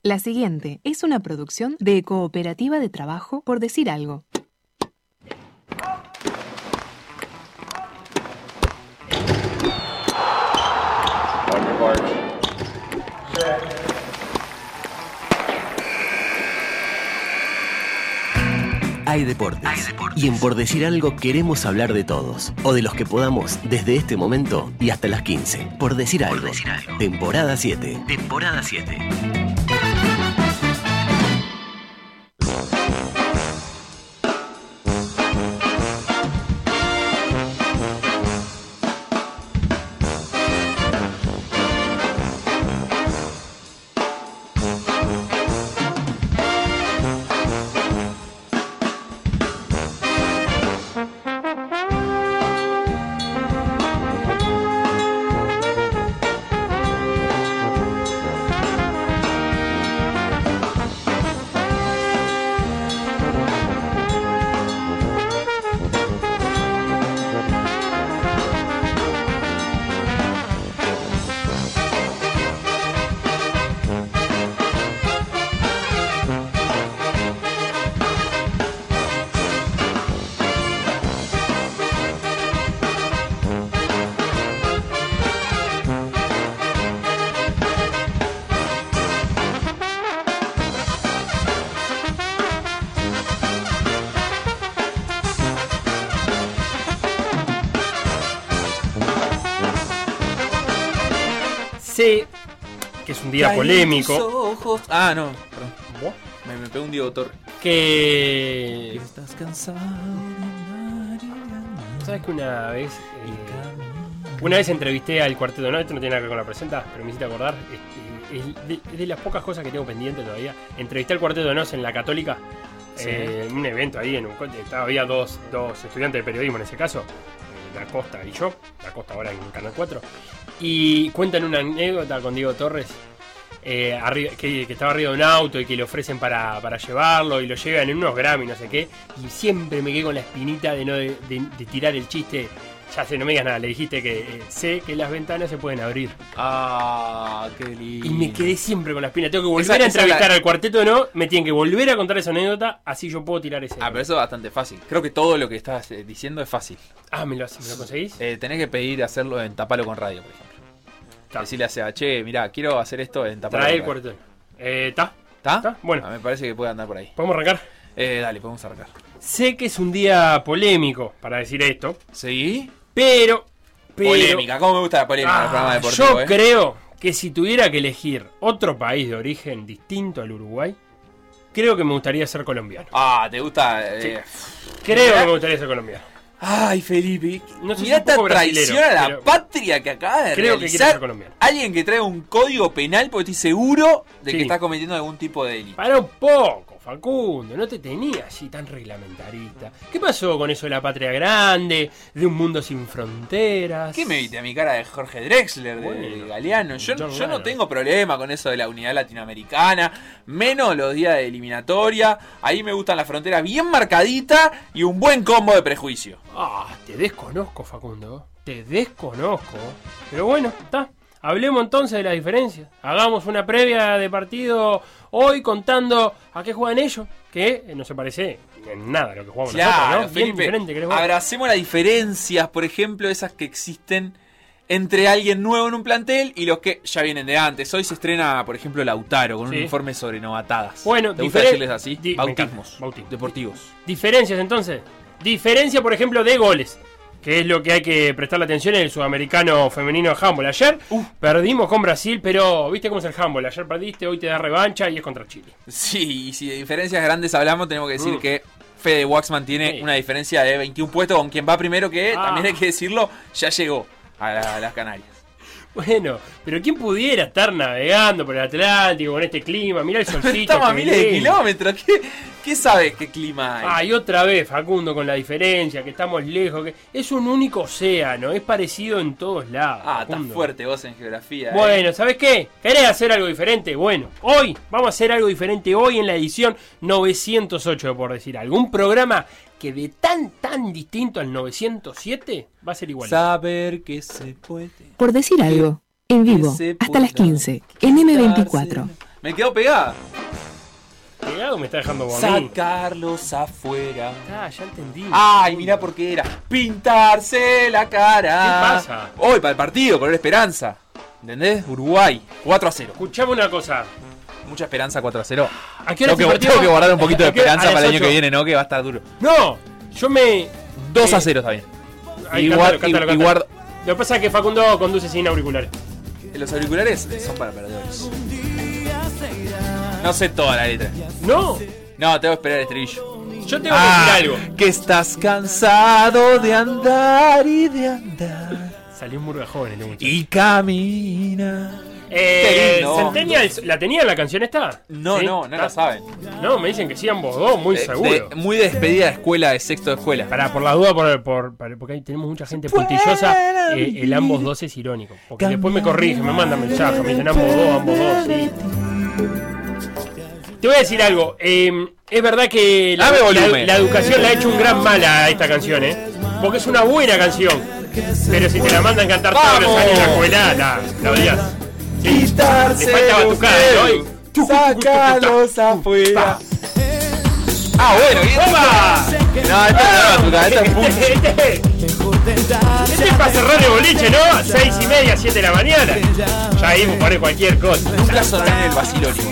La siguiente es una producción de Cooperativa de Trabajo por Decir Algo. Hay deportes. Y en Por Decir Algo queremos hablar de todos. O de los que podamos desde este momento y hasta las 15. Por Decir Algo. Temporada 7. Temporada 7. Sé que es un día polémico. Ah, no, perdón. Me pegó un Diego Torre. Que estás cansado. ¿Sabes que una vez entrevisté al Cuarteto? No, esto no tiene nada que ver con la presenta, pero me hiciste acordar. Es de las pocas cosas que tengo pendiente todavía. Entrevisté al Cuarteto de Nos en la Católica. Sí. En un evento ahí, había dos estudiantes de periodismo en ese caso, Da Costa y yo. Da Costa ahora en Canal 4. Y cuentan una anécdota con Diego Torres, que estaba arriba de un auto y que le ofrecen para llevarlo y lo llevan en unos Grammy, no sé qué. Y siempre me quedé con la espinita de tirar el chiste. Ya sé, no me digas nada, le dijiste que sé que las ventanas se pueden abrir. Ah, qué lindo. Y me quedé siempre con la espina. Tengo que volver a entrevistar al Cuarteto, ¿no? Me tienen que volver a contar esa anécdota, así yo puedo tirar ese. Pero eso es bastante fácil. Creo que todo lo que estás diciendo es fácil. ¿Me lo conseguís? Tenés que pedir hacerlo en Tapalo con Radio, por ejemplo. Decirle a Seba, che, mirá, quiero hacer esto en Tapalo Trae con el Radio. Cuarteto. ¿Está? Bueno. Me parece que puede andar por ahí. ¿Podemos arrancar? Dale, podemos arrancar. Sé que es un día polémico para decir esto. ¿Sí? Pero polémica, ¿cómo me gusta la polémica del programa deportivo? Yo creo que si tuviera que elegir otro país de origen distinto al Uruguay, creo que me gustaría ser colombiano. ¿Te gusta? Sí. Creo que me gustaría ser colombiano. Ay, Felipe, no sé, mirá esta traición a la patria que acaba de creo realizar. Que quiero ser colombiano. Alguien que trae un código penal porque estoy seguro de que está cometiendo algún tipo de delito. Para un poco, Facundo, no te tenía así tan reglamentarista. ¿Qué pasó con eso de la patria grande, de un mundo sin fronteras? ¿Qué me viste a mi cara de Jorge Drexler, de Galeano? Yo no tengo problema con eso de la unidad latinoamericana, menos los días de eliminatoria. Ahí me gustan las fronteras bien marcaditas y un buen combo de prejuicio. Te desconozco, Facundo. Te desconozco. Pero bueno, está. Hablemos entonces de las diferencias. Hagamos una previa de partido hoy contando a qué juegan ellos, que no se parece en nada a lo que jugamos nosotros, ¿no? Felipe, bien diferente. Abracemos las diferencias, por ejemplo, esas que existen entre alguien nuevo en un plantel y los que ya vienen de antes. Hoy se estrena, por ejemplo, Lautaro con un informe sobre novatadas. Bueno, ¿te gusta decirles así? Bautismos deportivos. Diferencias, entonces. Diferencia, por ejemplo, de goles, que es lo que hay que prestarle atención en el sudamericano femenino de handball. Ayer perdimos con Brasil, pero viste cómo es el handball. Ayer perdiste, hoy te da revancha y es contra Chile. Sí, y si de diferencias grandes hablamos, tenemos que decir que Fede Waxman tiene una diferencia de 21 puestos con quien va primero, que también hay que decirlo, ya llegó a las Canarias. Bueno, pero ¿quién pudiera estar navegando por el Atlántico con este clima? Mirá el solcito. Estamos a miles de kilómetros. ¿Qué sabes qué clima hay? Y otra vez, Facundo, con la diferencia, que estamos lejos. Que es un único océano, es parecido en todos lados. Estás fuerte vos en geografía. Bueno, ¿sabes qué? ¿Querés hacer algo diferente? Bueno, hoy vamos a hacer algo diferente. Hoy en la edición 908, por decir algo. Un programa que de tan distinto al 907 va a ser igual. Saber que se puede. Por decir algo, en vivo, hasta las 15, en M24. Me quedó pegada. Pegado me está dejando por mí. Sacarlos afuera. Ah, ya entendí. Ay, mirá por qué era. Pintarse la cara. ¿Qué pasa? Hoy para el partido, color esperanza. ¿Entendés? Uruguay, 4-0. Escuchame una cosa. Mucha esperanza, 4-0. ¿A qué hora Tengo se que guardar un poquito de esperanza para el año 8. que viene, ¿no? Que va a estar duro. No, yo me... 2-0 está bien. Ahí, cántalo. Lo que pasa es que Facundo conduce sin auriculares. Los auriculares son para perdedores. No sé toda la letra. No, No, tengo que esperar el estribillo. yo tengo que decir algo. Que estás cansado de andar y de andar. Salió un muro de jóvenes, muchacho. Y camina. Qué lindo. Centennial, ¿la tenía la canción esta? No, ¿Sí? no la saben. No, me dicen que sí ambos dos, muy seguro. Muy de despedida de escuela, de sexto de escuela. Por la duda, porque ahí tenemos mucha gente puntillosa, el ambos dos es irónico. Porque después me corrige, me mandan mensajes, me dicen ambos dos, sí. Te voy a decir algo, es verdad que la educación le ha hecho un gran mal a esta canción, porque es una buena canción. Pero si te la mandan cantar todos los años en la escuela, la odias. Sí. Le falta batucada, ¿no? Sácalos afuera. Bueno, ¿y ¡opa! No, esta no es batucada, esta es punto. Este es para cerrar el boliche, ¿no? 6:30, 7 de la mañana. Ya ahí me pone cualquier cosa. Nunca sonaré en el vacilónico.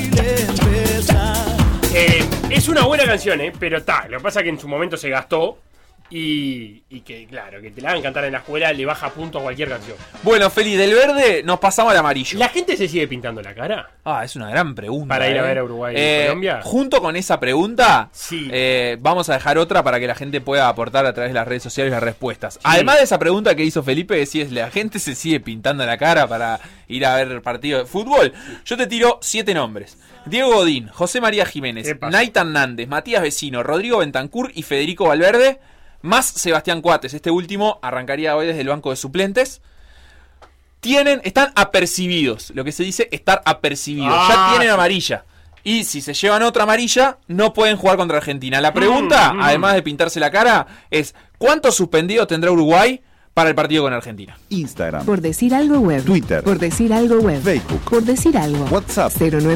Es una buena canción, pero lo que pasa es que en su momento se gastó. Y que, claro, que te la hagan cantar en la escuela le baja punto a cualquier canción. Bueno, Feli, del verde nos pasamos al amarillo. ¿La gente se sigue pintando la cara? Es una gran pregunta. Para ir a ver a Uruguay y Colombia. Junto con esa pregunta, sí. Vamos a dejar otra para que la gente pueda aportar a través de las redes sociales las respuestas. Sí. Además de esa pregunta que hizo Felipe, que si es la gente se sigue pintando la cara para ir a ver partido de fútbol, yo te tiro 7 nombres. Diego Godín, José María Jiménez, Naitan Nández, Matías Vecino, Rodrigo Bentancur y Federico Valverde. Más Sebastián Coates, este último arrancaría hoy desde el banco de suplentes. Están apercibidos, lo que se dice estar apercibidos. Ya tienen amarilla. Y si se llevan otra amarilla, no pueden jugar contra Argentina. La pregunta, además de pintarse la cara, es ¿cuántos suspendidos tendrá Uruguay para el partido con Argentina? Instagram. Por decir algo web. Twitter. Por decir algo web. Facebook. Por decir algo. WhatsApp.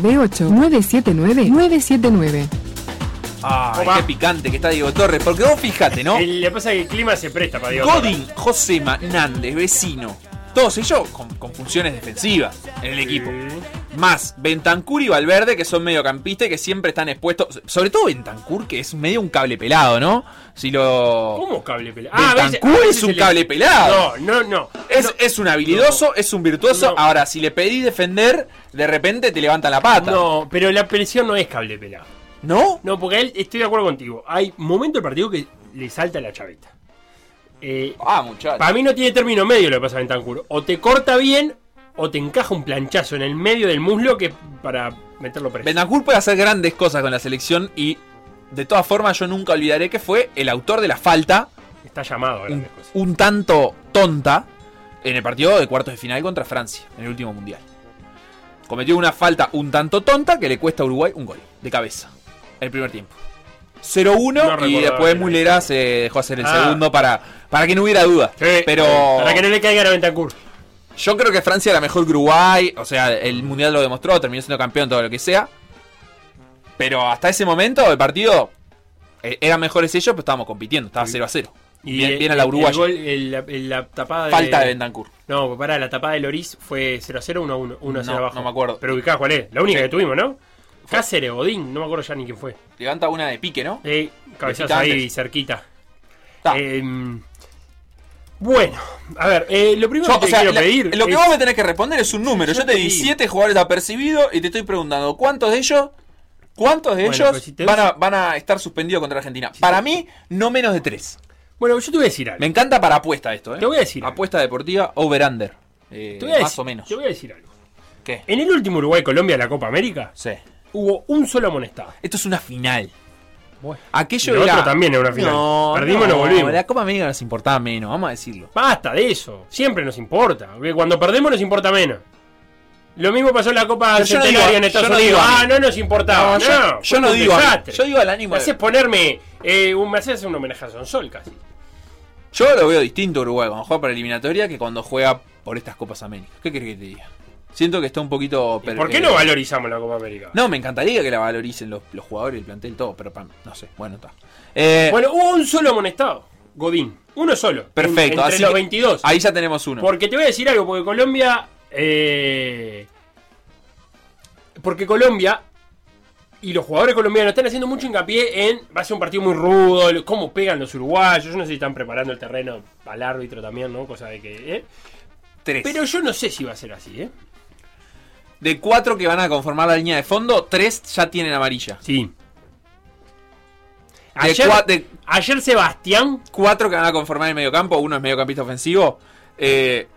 098-979-979. Qué picante que está Diego Torres. Porque vos fijate, ¿no? Le pasa que el clima se presta para Diego Godín, Josema, Nández, Vecino. Todos ellos con funciones defensivas en el equipo. Más Bentancur y Valverde, que son mediocampistas y que siempre están expuestos. Sobre todo Bentancur, que es medio un cable pelado, ¿no? ¿Cómo cable pelado? Bentancur es un cable pelado. No. Es un habilidoso, es un virtuoso. Ahora, si le pedís defender, de repente te levanta la pata. No, pero la presión no es cable pelado. ¿No? No, porque él, estoy de acuerdo contigo. Hay momentos del partido que le salta la chaveta. Muchacho. Para mí no tiene término medio lo que pasa a Bentancur. O te corta bien, o te encaja un planchazo en el medio del muslo que para meterlo preso. Bentancur puede hacer grandes cosas con la selección y de todas formas yo nunca olvidaré que fue el autor de la falta. Está llamado a grandes cosas. Un tanto tonta en el partido de cuartos de final contra Francia, en el último mundial. Cometió una falta un tanto tonta que le cuesta a Uruguay un gol de cabeza. El primer tiempo 0-1 y después Mulera se dejó hacer el segundo para que no hubiera duda. Sí, pero para que no le caiga a Bentancur. Yo creo que Francia era mejor que Uruguay. O sea, el mundial lo demostró, terminó siendo campeón, todo lo que sea. Pero hasta ese momento el partido eran mejores ellos, pero estábamos compitiendo. Estaba 0-0. Y bien a la uruguaya. La tapada falta de Bentancur. No, la tapada de Loris fue 0-0, 1-1 abajo. No me acuerdo. Pero ubicás cuál es. La única que tuvimos, ¿no? Cáceres, Godín, no me acuerdo ya ni quién fue. Levanta una de pique, ¿no? Cabezazo ahí cerquita. Bueno, a ver, lo primero que quiero pedir. Lo que vos me tenés que responder es un número. Yo te di 7 jugadores apercibidos y te estoy preguntando ¿cuántos de ellos van a estar suspendidos contra Argentina? Para mí, no menos de 3. Bueno, yo te voy a decir algo. Me encanta para apuesta esto, Te voy a decir apuesta deportiva over-under. Más o menos. Te voy a decir algo. ¿Qué? En el último Uruguay-Colombia de la Copa América, hubo un solo amonestado. Esto es una final. Bueno, aquello era... otro también era una final. Perdimos y nos volvimos. La Copa América nos importaba menos, vamos a decirlo. Basta de eso. Siempre nos importa. Porque cuando perdemos nos importa menos. Lo mismo pasó en la Copa Centenario en Estados Unidos. No nos importaba. Yo no digo. Yo digo al ánimo. Me haces ponerme. Me haces un homenaje a Sonsol casi. Yo lo veo distinto a Uruguay cuando juega para eliminatoria que cuando juega por estas Copas América. ¿Qué querés que te diga? Siento que está un poquito... ¿Por qué no valorizamos la Copa América? No, me encantaría que la valoricen los jugadores, el plantel, todo, pero no sé, bueno, está. Bueno, hubo un solo amonestado, Godín. Uno solo. Perfecto. Entre los 22. Ahí ya tenemos uno. Porque te voy a decir algo, porque Colombia y los jugadores colombianos están haciendo mucho hincapié en va a ser un partido muy rudo, cómo pegan los uruguayos. Yo no sé si están preparando el terreno al árbitro también, ¿no? Cosa de que... 3. Pero yo no sé si va a ser así, ¿eh? De 4 que van a conformar la línea de fondo, 3 ya tienen amarilla. Sí. Ayer Sebastián... 4 que van a conformar el mediocampo, uno es mediocampista ofensivo. 3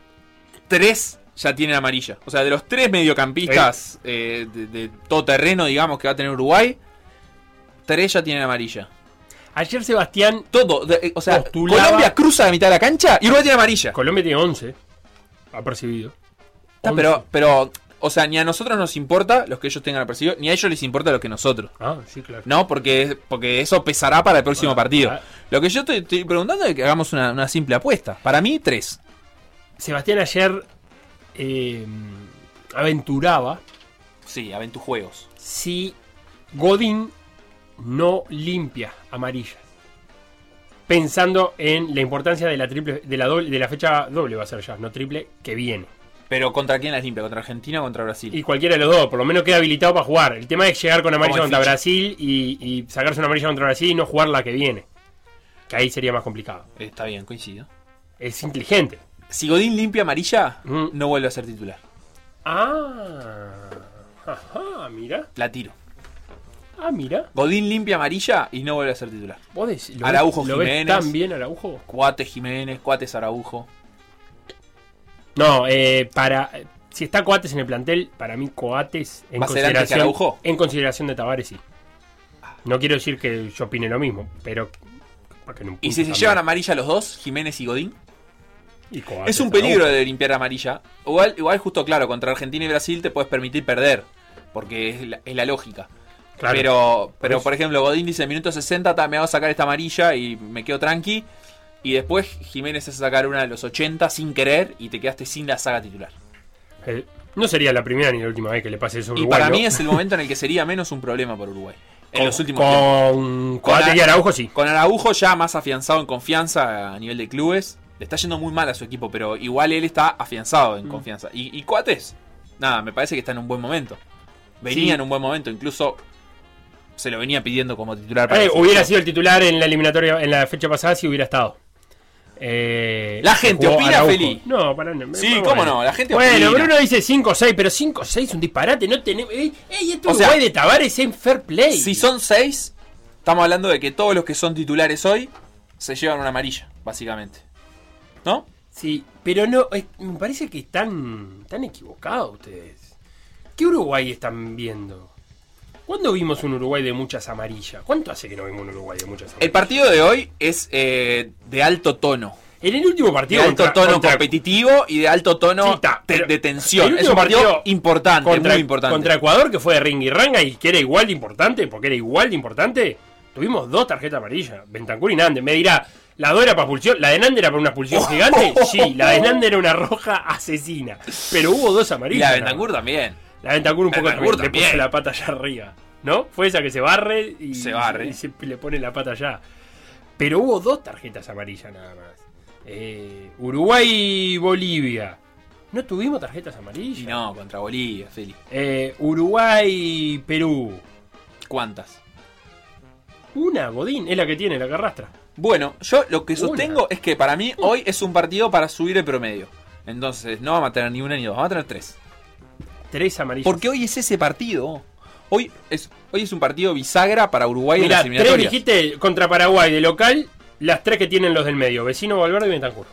ya tienen amarilla. O sea, de los 3 mediocampistas de todo terreno, digamos, que va a tener Uruguay, 3 ya tienen amarilla. Ayer Sebastián... O sea, postulaba... Colombia cruza la mitad de la cancha y Uruguay tiene amarilla. Colombia tiene 11. Ha percibido. Pero, o sea, ni a nosotros nos importa los que ellos tengan apercibido, ni a ellos les importa los que nosotros. Ah, sí, claro. No, porque eso pesará para el próximo partido. Lo que yo estoy preguntando es que hagamos una simple apuesta. Para mí, 3. Sebastián ayer aventuraba. Sí, aventujuegos. Si Godín no limpia amarillas. Pensando en la importancia de la fecha doble va a ser ya, no triple, que viene. Pero ¿contra quién las limpia? ¿Contra Argentina o contra Brasil? Y cualquiera de los dos, por lo menos queda habilitado para jugar. El tema es llegar con amarilla contra Brasil y sacarse una amarilla contra Brasil y no jugar la que viene. Que ahí sería más complicado. Está bien, coincido. Es inteligente. Si Godín limpia amarilla, no vuelve a ser titular. Ajá, mira. La tiro. Mira. Godín limpia amarilla y no vuelve a ser titular. ¿Vos decís, Araujo ¿lo Jiménez. ves tan bien Araujo? Cuates Jiménez, Cuates Araujo. No, si está Coates en el plantel, para mí Coates en consideración de Tavares sí. No quiero decir que yo opine lo mismo, pero ¿y si se llevan amarilla los dos, Jiménez y Godín? Y Coates, es un peligro de limpiar amarilla. Igual justo claro, contra Argentina y Brasil te puedes permitir perder, porque es la lógica. Claro, pero por ejemplo, Godín dice, minuto 60 me va a sacar esta amarilla y me quedo tranqui. Y después Jiménez hace sacar una de los 80 sin querer y te quedaste sin la saga titular. No sería la primera ni la última vez que le pase eso a Uruguay. Y para mí es el momento en el que sería menos un problema por Uruguay. En los últimos tiempos. Con Araujo sí. Con Araujo ya más afianzado en confianza a nivel de clubes. Le está yendo muy mal a su equipo, pero igual él está afianzado en confianza. Y Coates, nada, me parece que está en un buen momento. Venía en un buen momento, incluso se lo venía pidiendo como titular. Hubiera sido el titular en la eliminatoria en la fecha pasada si hubiera estado. La gente opina, Feli. No, para no. Sí, cómo no, la gente opina. Bueno, Bruno dice 5-6, pero 5-6 es un disparate. No tenemos. Esto Uruguay de Tavares en fair play. Si son 6, estamos hablando de que todos los que son titulares hoy se llevan una amarilla, básicamente. ¿No? Sí, pero no. Me parece que están equivocados ustedes. ¿Qué Uruguay están viendo? ¿Cuándo vimos un Uruguay de muchas amarillas? ¿Cuánto hace que no vimos un Uruguay de muchas amarillas? El partido de hoy es de alto tono. En el último partido... De alto tono competitivo y de alto tono de tensión. Es un partido importante, muy importante. Contra Ecuador, que fue de ringirranga y que era igual de importante, porque era igual de importante, tuvimos 2 tarjetas amarillas. Bentancur y Nández. Me dirá, ¿la 2 era para expulsión? ¿La de Nández era para una expulsión gigante? Sí, la de Nández era una roja asesina. Pero hubo 2 amarillas. Y la de Bentancur también. La Bentancur un poco le puso la pata allá arriba. ¿No? Fue esa que se barre y se le pone la pata allá. Pero hubo 2 tarjetas amarillas nada más. Uruguay y Bolivia. ¿No tuvimos tarjetas amarillas? Y no, contra Bolivia, Feli. Uruguay y Perú. ¿Cuántas? Una, Godín, es la que tiene, la que arrastra. Bueno, yo lo que sostengo es que para mí hoy es un partido para subir el promedio. Entonces no vamos a tener ni una ni dos, vamos a tener 3. 3 amarillas. Porque hoy es ese partido. Hoy es un partido bisagra para Uruguay en las eliminatorias. 3 dijiste contra Paraguay de local, las 3 que tienen los del medio, Vecino, Valverde y Bentancur.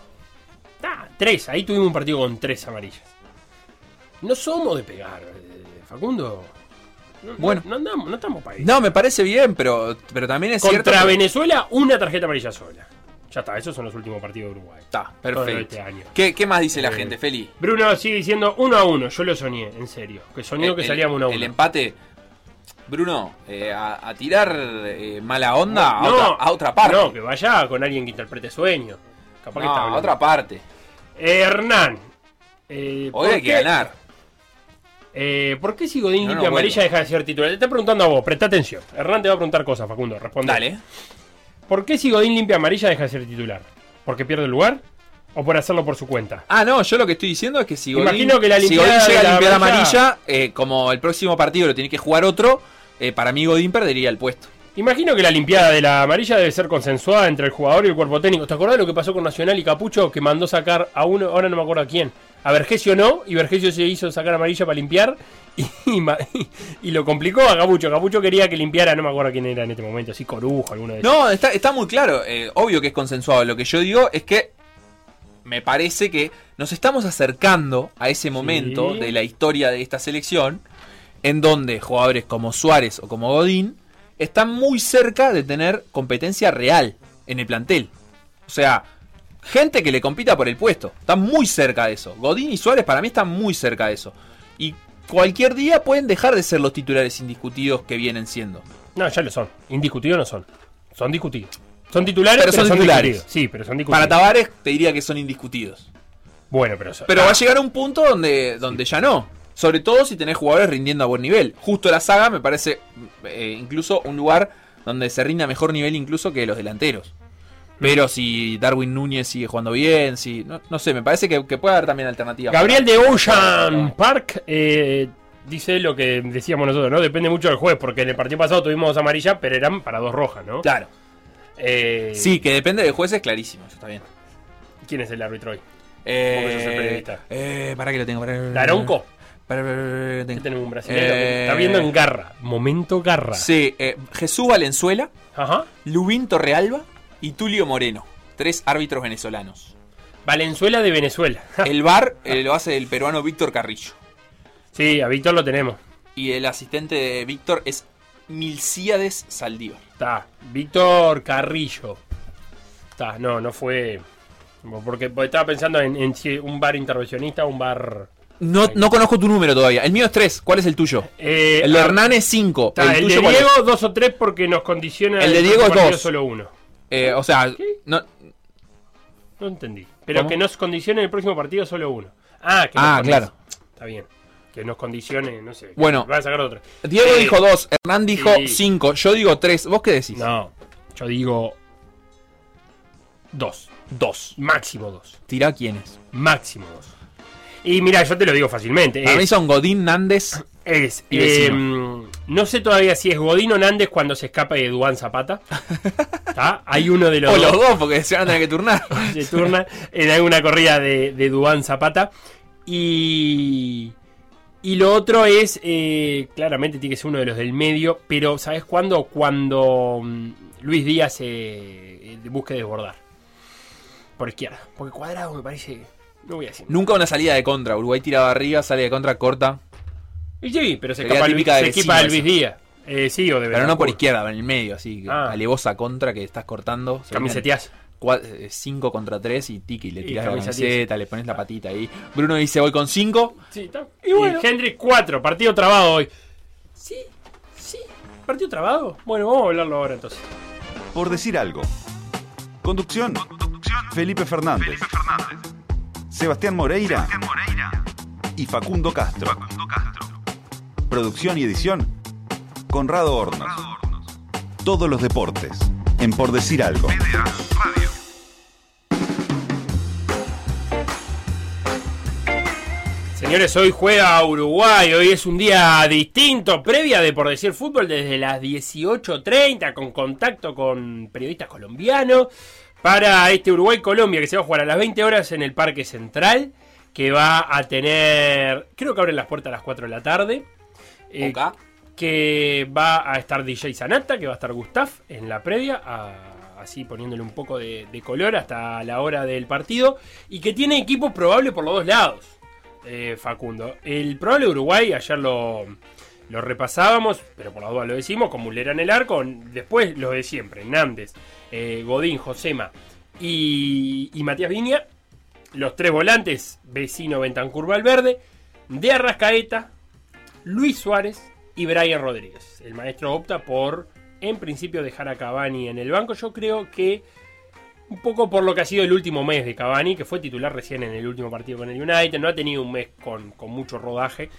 3, ahí tuvimos un partido con 3 amarillas. No somos de pegar, Facundo. Bueno, no estamos para ahí. No, me parece bien, pero también es cierto. Contra Venezuela, una tarjeta amarilla sola. Ya está, esos son los últimos partidos de Uruguay. Está, perfecto. Este año. ¿Qué más dice la gente, Feli? Bruno sigue diciendo 1-1. Yo lo soñé, en serio. Que soñó que salíamos 1-1. El empate, Bruno, a tirar mala onda a otra parte. No, que vaya con alguien que interprete sueño. Capaz que está a otra parte. Hernán. Hoy hay que ganar. ¿Por qué si Godín limpia amarilla deja de ser titular? Te está preguntando a vos, presta atención. Hernán te va a preguntar cosas, Facundo, responde. Dale. ¿Por qué si Godín limpia amarilla deja de ser titular? ¿Porque pierde el lugar? ¿O por hacerlo por su cuenta? No, yo lo que estoy diciendo es que si Godín, Imagino que si Godín llega a limpiar amarilla, como el próximo partido lo tiene que jugar otro, para mí Godín perdería el puesto. Imagino que la limpiada de la amarilla debe ser consensuada entre el jugador y el cuerpo técnico. ¿Te acordás de lo que pasó con Nacional y Capucho? Que mandó sacar a uno, ahora no me acuerdo a quién. A Vergesio no, y Vergesio se hizo sacar amarilla para limpiar y lo complicó a Capucho. Capucho quería que limpiara, no me acuerdo quién era en este momento, así Corujo, alguno de esos. No, está muy claro, obvio que es consensuado. Lo que yo digo es que me parece que nos estamos acercando a ese momento de la historia de esta selección en donde jugadores como Suárez o como Godín están muy cerca de tener competencia real en el plantel. O sea, gente que le compita por el puesto. Están muy cerca de eso. Godín y Suárez para mí están muy cerca de eso. Y cualquier día pueden dejar de ser los titulares indiscutidos que vienen siendo. No, ya lo son. Indiscutidos no son. Son discutidos. Son titulares, pero son titulares. Discutidos. Sí, pero son discutidos. Para Tavares te diría que son indiscutidos. Bueno, pero va a llegar a un punto donde ya no. Sobre todo si tenés jugadores rindiendo a buen nivel. Justo la Saga me parece incluso un lugar donde se rinde a mejor nivel incluso que los delanteros. Pero si Darwin Núñez sigue jugando bien, si no sé, me parece que puede haber también alternativas. Gabriel de Ocean Park dice lo que decíamos nosotros, ¿no? Depende mucho del juez, porque en el partido pasado tuvimos 2 amarillas, pero eran para 2 rojas, ¿no? Claro. Sí, que depende del juez es clarísimo, eso está bien. ¿Quién es el árbitro hoy? Porque sos el periodista. Para que lo tengo. ¿Daronco? ¿Qué tenemos un brasileño que está viendo en Garra. Momento Garra. Sí, Jesús Valenzuela, Ajá. Lubín Torrealba y Tulio Moreno. 3 árbitros venezolanos. Valenzuela de Venezuela. El VAR lo hace el peruano Víctor Carrillo. Sí, a Víctor lo tenemos. Y el asistente de Víctor es Milcíades Saldívar. Está, Víctor Carrillo. Está, no fue. Porque estaba pensando en si un VAR intervencionista o un VAR. No conozco tu número todavía. El mío es 3. ¿Cuál es el tuyo? El de Hernán es 5. El de Diego 2 o 3 porque nos condiciona. El de Diego es 2. Solo 1. O sea, ¿qué? No entendí. Pero ¿cómo? Que nos condicione el próximo partido solo 1. Claro. Está bien. Que nos condicione, no sé. Bueno, van a sacar otra. Diego dijo 2, Hernán dijo 5. Yo digo 3. ¿Vos qué decís? No, yo digo 2. Máximo 2. Tirá quiénes. Máximo 2. Y mira, yo te lo digo fácilmente. Para mí son Godín, Nández. No sé todavía si es Godín o Nández cuando se escapa de Duván Zapata. ¿Tá? Hay uno de los dos. O los dos, porque se van a tener que turnar. Se turna en alguna corrida de Duván Zapata. Y lo otro es, claramente tiene que ser uno de los del medio. Pero ¿sabes cuándo? Cuando Luis Díaz busque desbordar. Por izquierda. Porque Cuadrado me parece... No voy a decir. Nunca una salida de contra. Uruguay tiraba arriba, sale de contra, corta. Y sí, pero se equipa a Luis Díaz. Sí, o de pero no por izquierda, en el medio, así. Alevosa contra que estás cortando. Camiseteás. 5 contra 3 y tiki, le tirás la camiseta, le pones la patita ahí. Bruno dice voy con 5. Sí, está. Y bueno. Hendrik 4, partido trabado hoy. Sí. ¿Partido trabado? Bueno, vamos a hablarlo ahora entonces. Por decir algo. Conducción. Felipe Fernández. Sebastián Moreira y Facundo Castro. Producción y edición, Conrado Hornos. Todos los deportes, en Por Decir Algo. Señores, hoy juega Uruguay, hoy es un día distinto, previa de Por Decir Fútbol desde las 18:30, con contacto con periodistas colombianos. Para este Uruguay-Colombia que se va a jugar a las 20 horas en el Parque Central, que va a tener, creo que abren las puertas a las 4 de la tarde, que va a estar DJ Sanata, que va a estar Gustav en la previa, así poniéndole un poco de color hasta la hora del partido, y que tiene equipo probable por los dos lados, Facundo. El probable de Uruguay, ayer lo repasábamos, pero por la duda lo decimos, con Muslera en el arco, después lo de siempre, Nández, Godín, Josema y Matías Viña, los 3 volantes, Vecino, Bentancur, Valverde, de Arrascaeta, Luis Suárez y Brian Rodríguez. El maestro opta por, en principio, dejar a Cavani en el banco. Yo creo que un poco por lo que ha sido el último mes de Cavani, que fue titular recién en el último partido con el United, no ha tenido un mes con mucho rodaje.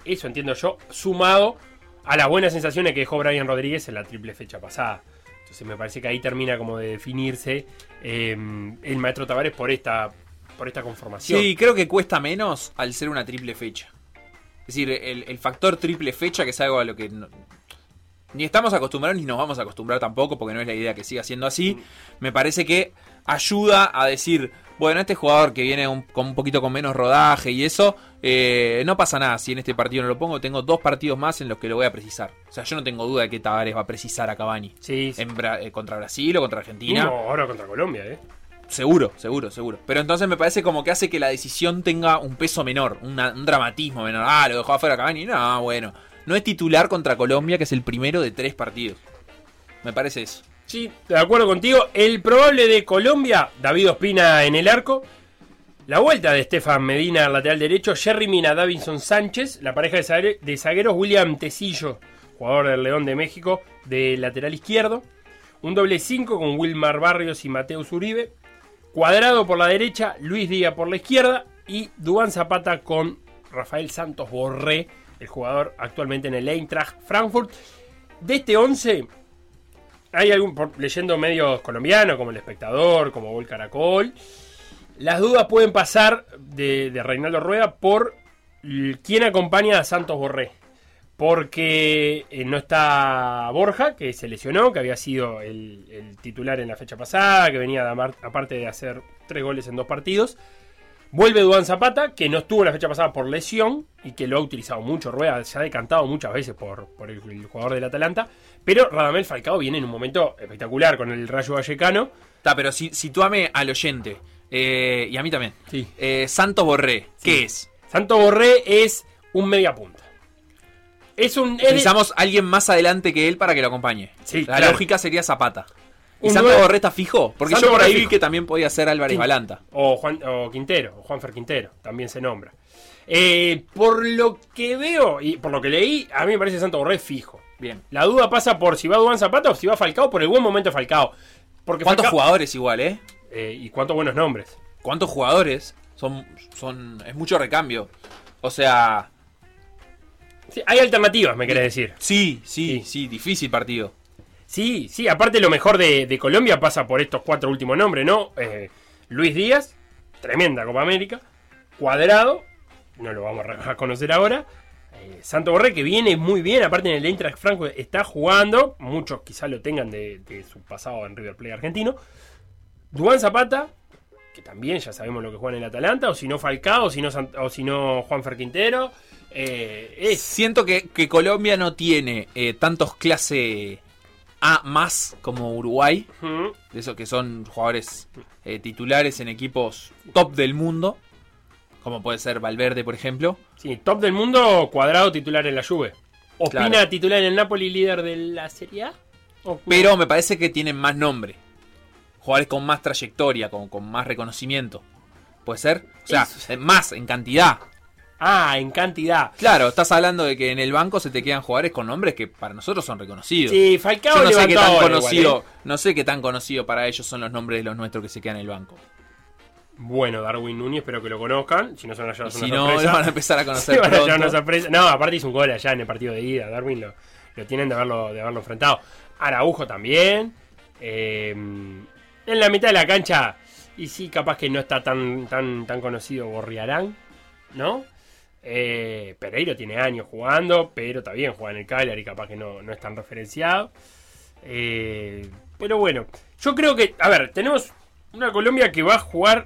Eso entiendo yo, sumado a las buenas sensaciones que dejó Brian Rodríguez en la triple fecha pasada. Entonces me parece que ahí termina como de definirse el Maestro Tavares por esta conformación. Sí, creo que cuesta menos al ser una triple fecha. Es decir, el factor triple fecha, que es algo a lo que ni estamos acostumbrados ni nos vamos a acostumbrar tampoco, porque no es la idea que siga siendo así, me parece que ayuda a decir, bueno, este jugador que viene con un poquito con menos rodaje y eso, no pasa nada si en este partido no lo pongo, tengo 2 partidos más en los que lo voy a precisar. O sea, yo no tengo duda de que Tavares va a precisar a Cavani. Sí. Contra Brasil o contra Argentina. No, ahora contra Colombia, Seguro. Pero entonces me parece como que hace que la decisión tenga un peso menor, un dramatismo menor. Lo dejó afuera Cavani. No, bueno. No es titular contra Colombia, que es el primero de 3 partidos. Me parece eso. Sí, de acuerdo contigo. El probable de Colombia, David Ospina en el arco. La vuelta de Estefan Medina al lateral derecho. Jerry Mina, Davinson Sánchez. La pareja de zagueros, William Tecillo, jugador del León de México, de lateral izquierdo. Un doble 5 con Wilmar Barrios y Mateus Uribe. Cuadrado por la derecha, Luis Díaz por la izquierda. Y Duván Zapata con Rafael Santos Borré, el jugador actualmente en el Eintracht Frankfurt. De este 11, hay leyendo medios colombianos como El Espectador, como Gol Caracol, las dudas pueden pasar de Reinaldo Rueda por quién acompaña a Santos Borré. Porque no está Borja, que se lesionó, que había sido el titular en la fecha pasada, que venía aparte de hacer 3 goles en 2 partidos. Vuelve Duván Zapata, que no estuvo en la fecha pasada por lesión y que lo ha utilizado mucho. Rueda se ha decantado muchas veces por el jugador del Atalanta. Pero Radamel Falcao viene en un momento espectacular con el Rayo Vallecano. Pero situame al oyente, y a mí también. Sí. Santos Borré, ¿qué es? Santos Borré es un media punta. Necesitamos a alguien más adelante que él para que lo acompañe. Sí, la lógica sería Zapata. ¿Y Un Santos nueve- Borré está fijo? Porque Santos yo por Borré ahí vi fijo. que también podía ser Álvarez Sí. Balanta. O Juanfer Quintero, también se nombra. Por lo que veo y por lo que leí, a mí me parece Santos Borré fijo. Bien. La duda pasa por si va Duván Zapata o si va Falcao, por el buen momento de Falcao. Porque ¿Cuántos Falcao- jugadores igual, y cuántos buenos nombres. ¿Cuántos jugadores? Es mucho recambio. O sea, Sí, hay alternativas, me querés decir. sí, difícil partido. Sí, aparte lo mejor de Colombia pasa por estos 4 últimos nombres, ¿no? Luis Díaz, tremenda Copa América. Cuadrado, no lo vamos a conocer ahora. Santos Borré, que viene muy bien, aparte en el Eintracht Frankfurt está jugando. Muchos quizás lo tengan de su pasado en River Plate argentino. Duván Zapata, que también ya sabemos lo que juega en el Atalanta. O si no Falcao, o si no Juanfer Quintero. Siento que Colombia no tiene tantos clase A más como Uruguay, Ujú. de esos que son jugadores titulares en equipos top del mundo, como puede ser Valverde, por ejemplo. Sí, top del mundo, Cuadrado titular en la Juve. Ospina Claro. titular en el Napoli, líder de la Serie A. Pero me parece que tienen más nombre. Jugadores con más trayectoria, con más reconocimiento. ¿Puede ser? O sea, más en cantidad. En cantidad. Claro, estás hablando de que en el banco se te quedan jugadores con nombres que para nosotros son reconocidos. Sí, Falcao Yo no sé qué levantó tan ahora conocido, igual, no sé qué tan conocido para ellos son los nombres de los nuestros que se quedan en el banco. Bueno, Darwin Núñez, espero que lo conozcan. Si no, se van a llevar Y una si no, sorpresa. lo van a empezar a conocer Se van a llevar pronto. una sorpresa. No, aparte hizo un gol allá en el partido de ida. Darwin lo tienen de haberlo enfrentado. Araujo también. En la mitad de la cancha, y sí, capaz que no está tan conocido Gorriarán, ¿no? Pereiro tiene años jugando, pero está bien, juega en el Cagliari, capaz que no es tan referenciado. Pero bueno, yo creo que, a ver, tenemos una Colombia que va a jugar,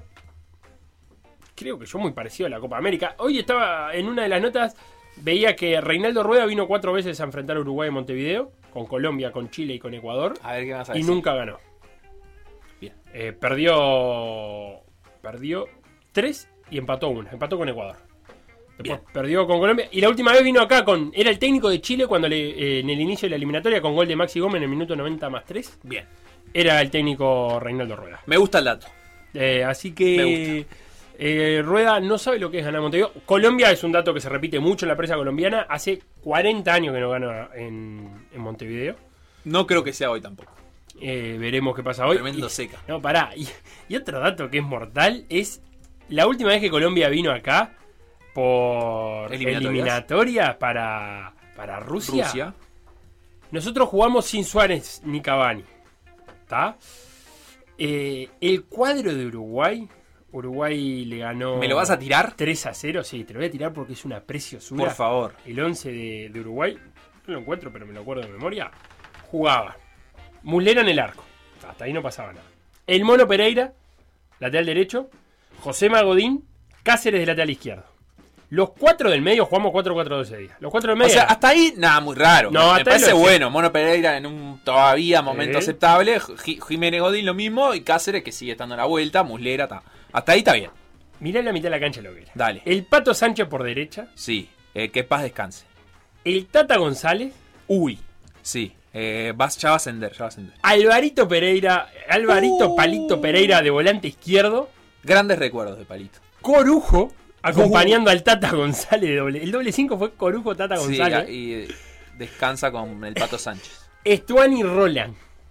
creo que yo muy parecido a la Copa América. Hoy estaba en una de las notas, veía que Reinaldo Rueda vino 4 veces a enfrentar a Uruguay en Montevideo, con Colombia, con Chile y con Ecuador, A ver qué vas a y decir. nunca ganó. Bien. Perdió 3 y empató 1. Empató con Ecuador. Después perdió con Colombia. Y la última vez vino acá era el técnico de Chile cuando en el inicio de la eliminatoria con gol de Maxi Gómez en el minuto 90 más 3. Bien. Era el técnico Reinaldo Rueda. Me gusta el dato. Así que Rueda no sabe lo que es ganar Montevideo. Colombia es un dato que se repite mucho en la prensa colombiana. Hace 40 años que no gana en Montevideo. No creo que sea hoy tampoco. Veremos qué pasa hoy. Tremendo seca. No, pará. Y otro dato que es mortal es la última vez que Colombia vino acá, por eliminatorias para Rusia. Nosotros jugamos sin Suárez ni Cavani. ¿Está? El cuadro de Uruguay le ganó... ¿Me lo vas a tirar? 3-0, sí, te lo voy a tirar porque es una preciosura. Por favor. El 11 de Uruguay, no lo encuentro, pero me lo acuerdo de memoria. Jugaba Muslera en el arco. Hasta ahí no pasaba nada. El Mono Pereira, lateral derecho. José Magodín, Cáceres de lateral izquierdo. Los 4 del medio jugamos 4-4-2 ese día. Los 4 del medio. O sea, hasta ahí nada muy raro. No, me parece bueno. Mono Pereira en un todavía momento aceptable. Jiménez Godín lo mismo. Y Cáceres que sigue estando en la vuelta. Muslera. Hasta ahí está bien. Mirá en la mitad de la cancha lo que era. Dale. El Pato Sánchez por derecha. Sí. Que paz descanse. El Tata González. Uy. Sí. Ya va a ascender. Alvarito Palito Pereira de volante izquierdo. Grandes recuerdos de Palito. Corujo acompañando al Tata González de doble. El doble 5 fue Corujo Tata González. Sí, y descansa con el Pato Sánchez. Estuani Roland.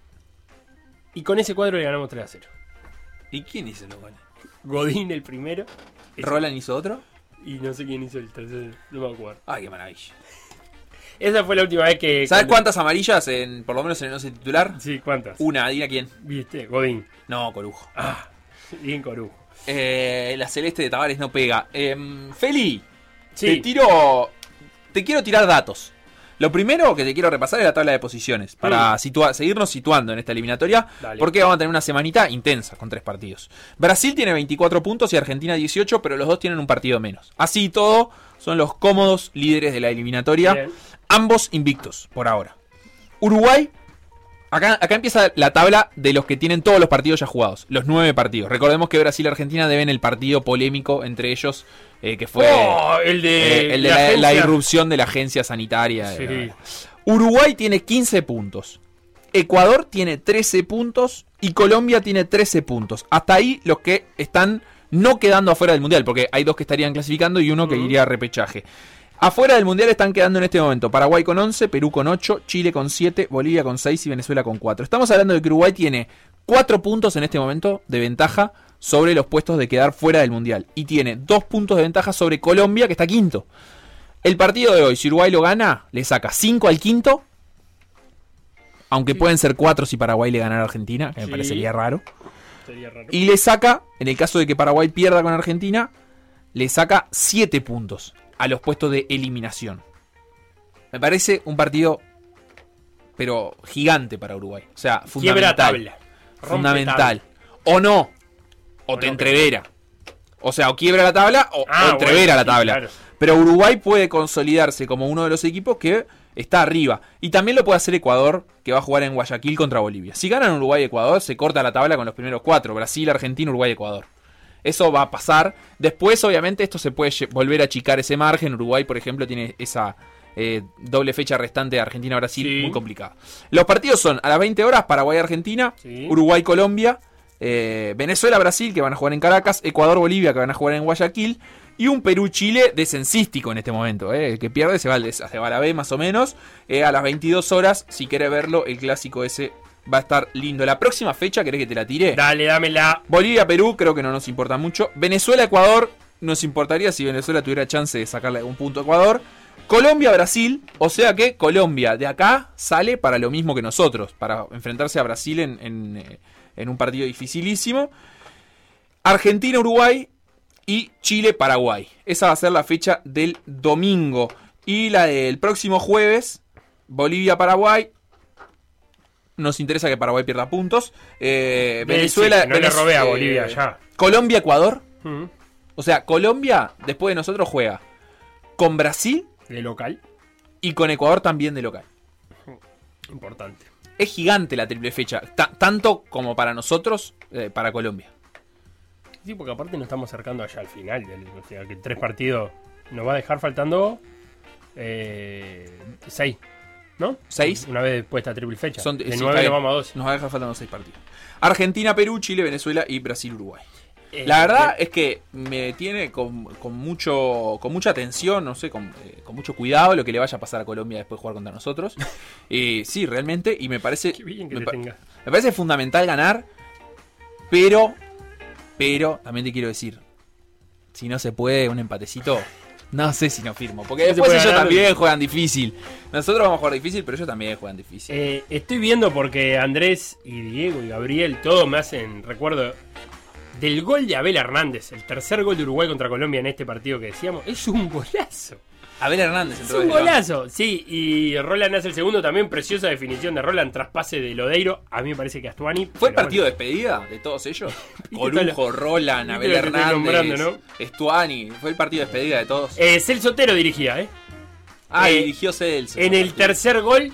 Y con ese cuadro le ganamos 3-0. ¿Y quién hizo los goles? Godín el primero. ¿Roland hizo otro? Y no sé quién hizo el tercero. No me acuerdo. Ay, qué maravilla. Esa fue la última vez que... ¿Sabes cuántas amarillas por lo menos en el 11 titular? Sí, ¿cuántas? Una, dile a quién. ¿Viste? Godín. No, Corujo. Bien Corujo. La celeste de Tavares no pega. Feli, sí. Te quiero tirar datos. Lo primero que te quiero repasar es la tabla de posiciones. Para seguirnos situando en esta eliminatoria. Dale. Porque vamos a tener una semanita intensa con 3 partidos. Brasil tiene 24 puntos y Argentina 18, pero los dos tienen un partido menos. Así y todo, son los cómodos líderes de la eliminatoria. Bien. Ambos invictos, por ahora. Uruguay, acá empieza la tabla de los que tienen todos los partidos ya jugados. Los 9 partidos. Recordemos que Brasil y Argentina deben el partido polémico entre ellos, que fue el de la irrupción de la agencia sanitaria. Sí. Uruguay tiene 15 puntos. Ecuador tiene 13 puntos. Y Colombia tiene 13 puntos. Hasta ahí los que están no quedando afuera del Mundial. Porque hay 2 que estarían clasificando y uno que iría a repechaje. Afuera del Mundial están quedando en este momento Paraguay con 11, Perú con 8, Chile con 7, Bolivia con 6 y Venezuela con 4. Estamos hablando de que Uruguay tiene 4 puntos en este momento de ventaja sobre los puestos de quedar fuera del Mundial. Y tiene 2 puntos de ventaja sobre Colombia, que está quinto. El partido de hoy, si Uruguay lo gana, le saca 5 al quinto. Aunque pueden ser 4 si Paraguay le ganara a Argentina, que me parecería raro. Sería raro. Y le saca, en el caso de que Paraguay pierda con Argentina, le saca 7 puntos a los puestos de eliminación. Me parece un partido, pero gigante para Uruguay. O sea, fundamental. Tabla. Fundamental. O no. O te entrevera. O sea, o quiebra la tabla o entrevera la tabla. Claro. Pero Uruguay puede consolidarse como uno de los equipos que está arriba. Y también lo puede hacer Ecuador, que va a jugar en Guayaquil contra Bolivia. Si ganan Uruguay y Ecuador, se corta la tabla con los primeros 4. Brasil, Argentina, Uruguay y Ecuador. Eso va a pasar. Después, obviamente, esto se puede volver a achicar ese margen. Uruguay, por ejemplo, tiene esa doble fecha restante de Argentina-Brasil muy complicada. Los partidos son a las 20 horas, Paraguay-Argentina, Uruguay-Colombia, Venezuela-Brasil, que van a jugar en Caracas, Ecuador-Bolivia, que van a jugar en Guayaquil, y un Perú-Chile descensístico en este momento. El que pierde se va a la B más o menos. A las 22 horas, si quiere verlo, el clásico ese va a estar lindo. La próxima fecha, ¿querés que te la tire? Dale, dámela. Bolivia-Perú, creo que no nos importa mucho. Venezuela-Ecuador, nos importaría si Venezuela tuviera chance de sacarle un punto a Ecuador. Colombia-Brasil, o sea que Colombia de acá sale para lo mismo que nosotros, para enfrentarse a Brasil en un partido dificilísimo. Argentina-Uruguay y Chile-Paraguay. Esa va a ser la fecha del domingo. Y la del próximo jueves, Bolivia-Paraguay. Nos interesa que Paraguay pierda puntos. Venezuela. No le robé a Bolivia ya. Colombia-Ecuador. O sea, Colombia, después de nosotros, juega con Brasil. De local. Y con Ecuador también de local. Importante. Es gigante la triple fecha. Tanto como para nosotros, para Colombia. Sí, porque aparte nos estamos acercando allá al final. O sea, que 3 partidos nos va a dejar faltando 6. ¿No? 6. Una vez después de esta triple fecha. De 9 nos vamos a 12. Nos va a dejar faltando 6 partidos. Argentina, Perú, Chile, Venezuela y Brasil, Uruguay. La verdad es que me tiene con mucha atención, no sé, con mucho cuidado lo que le vaya a pasar a Colombia después de jugar contra nosotros. Sí, realmente, y me parece Qué bien que me parece fundamental ganar, pero también te quiero decir, si no se puede, un empatecito No sé si no firmo, porque Sí, después se puede ellos ganar. también juegan difícil. Nosotros vamos a jugar difícil, pero ellos también juegan difícil. Estoy viendo porque Andrés y Diego y Gabriel todos me hacen recuerdo del gol de Abel Hernández, el tercer gol de Uruguay contra Colombia en este partido que decíamos. Es un golazo. Abel Hernández Es entró un desde el banco. golazo, sí, y Roland hace el segundo también, preciosa definición de Roland, traspase de Lodeiro, a mí me parece que Astuani. ¿Fue el pero partido de bueno. despedida de todos ellos? Viste Corujo, Roland, viste Abel lo que estoy nombrando, Hernández, Estuani. Fue el partido de despedida de todos. Celso Otero dirigía, Dirigió Celso. En el tercer gol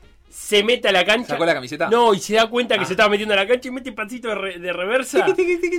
se mete a la cancha. ¿Sacó la camiseta? No, y se da cuenta que se estaba metiendo a la cancha y mete pancito de reversa.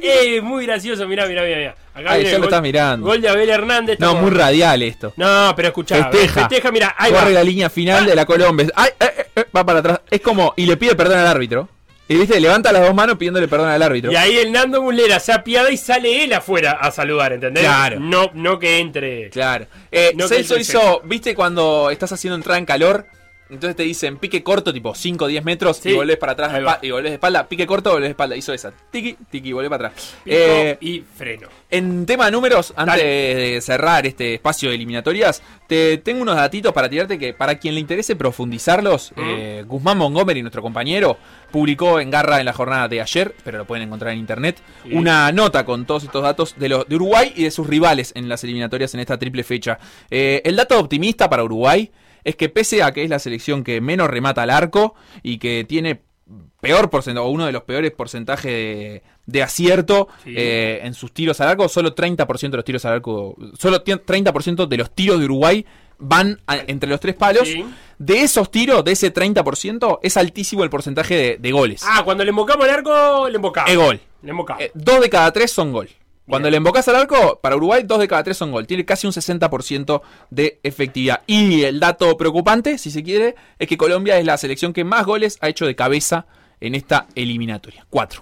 Muy gracioso, mirá. Acá Ay, viene ya el lo gol- está mirando. Gol de Abel Hernández. No, estamos- muy radial esto. No, pero escuchá. Festeja. Mirá, ahí Corre va. la línea final de la Colombia. Ay, va para atrás. Es como, y le pide perdón al árbitro. Y viste, levanta las dos manos pidiéndole perdón al árbitro. Y ahí el Nando Mulera se apiada y sale él afuera a saludar, ¿entendés? Claro. No que entre. Claro. No Celso que- hizo, viste cuando estás haciendo entrada en calor, entonces te dicen pique corto, tipo 5 o 10 metros, Sí. y volvés para atrás Ahí va. y volvés de espalda, pique corto, volvés de espalda. Hizo esa. Tiki, tiki, volvés para atrás. Pico y freno. En tema de números, antes Dale. de cerrar este espacio de eliminatorias, te tengo unos datitos para tirarte que para quien le interese profundizarlos, Guzmán Montgomery, nuestro compañero, publicó en Garra en la jornada de ayer, pero lo pueden encontrar en internet, Sí. una nota con todos estos datos de Uruguay y de sus rivales en las eliminatorias en esta triple fecha. El dato optimista para Uruguay es que pese a que es la selección que menos remata al arco y que tiene peor porcentaje, o uno de los peores porcentajes de acierto Sí. en sus tiros al arco, solo 30% de los tiros al arco, solo 30% de los tiros de Uruguay van entre los tres palos. Sí. De esos tiros, de ese 30%, es altísimo el porcentaje de goles. Cuando le embocamos el arco, le embocamos. Es gol. Le embocamos. 2 de cada 3 son gol. Cuando Bien. le embocas al arco, para Uruguay, 2 de cada 3 son gol. Tiene casi un 60% de efectividad. Y el dato preocupante, si se quiere, es que Colombia es la selección que más goles ha hecho de cabeza en esta eliminatoria. 4.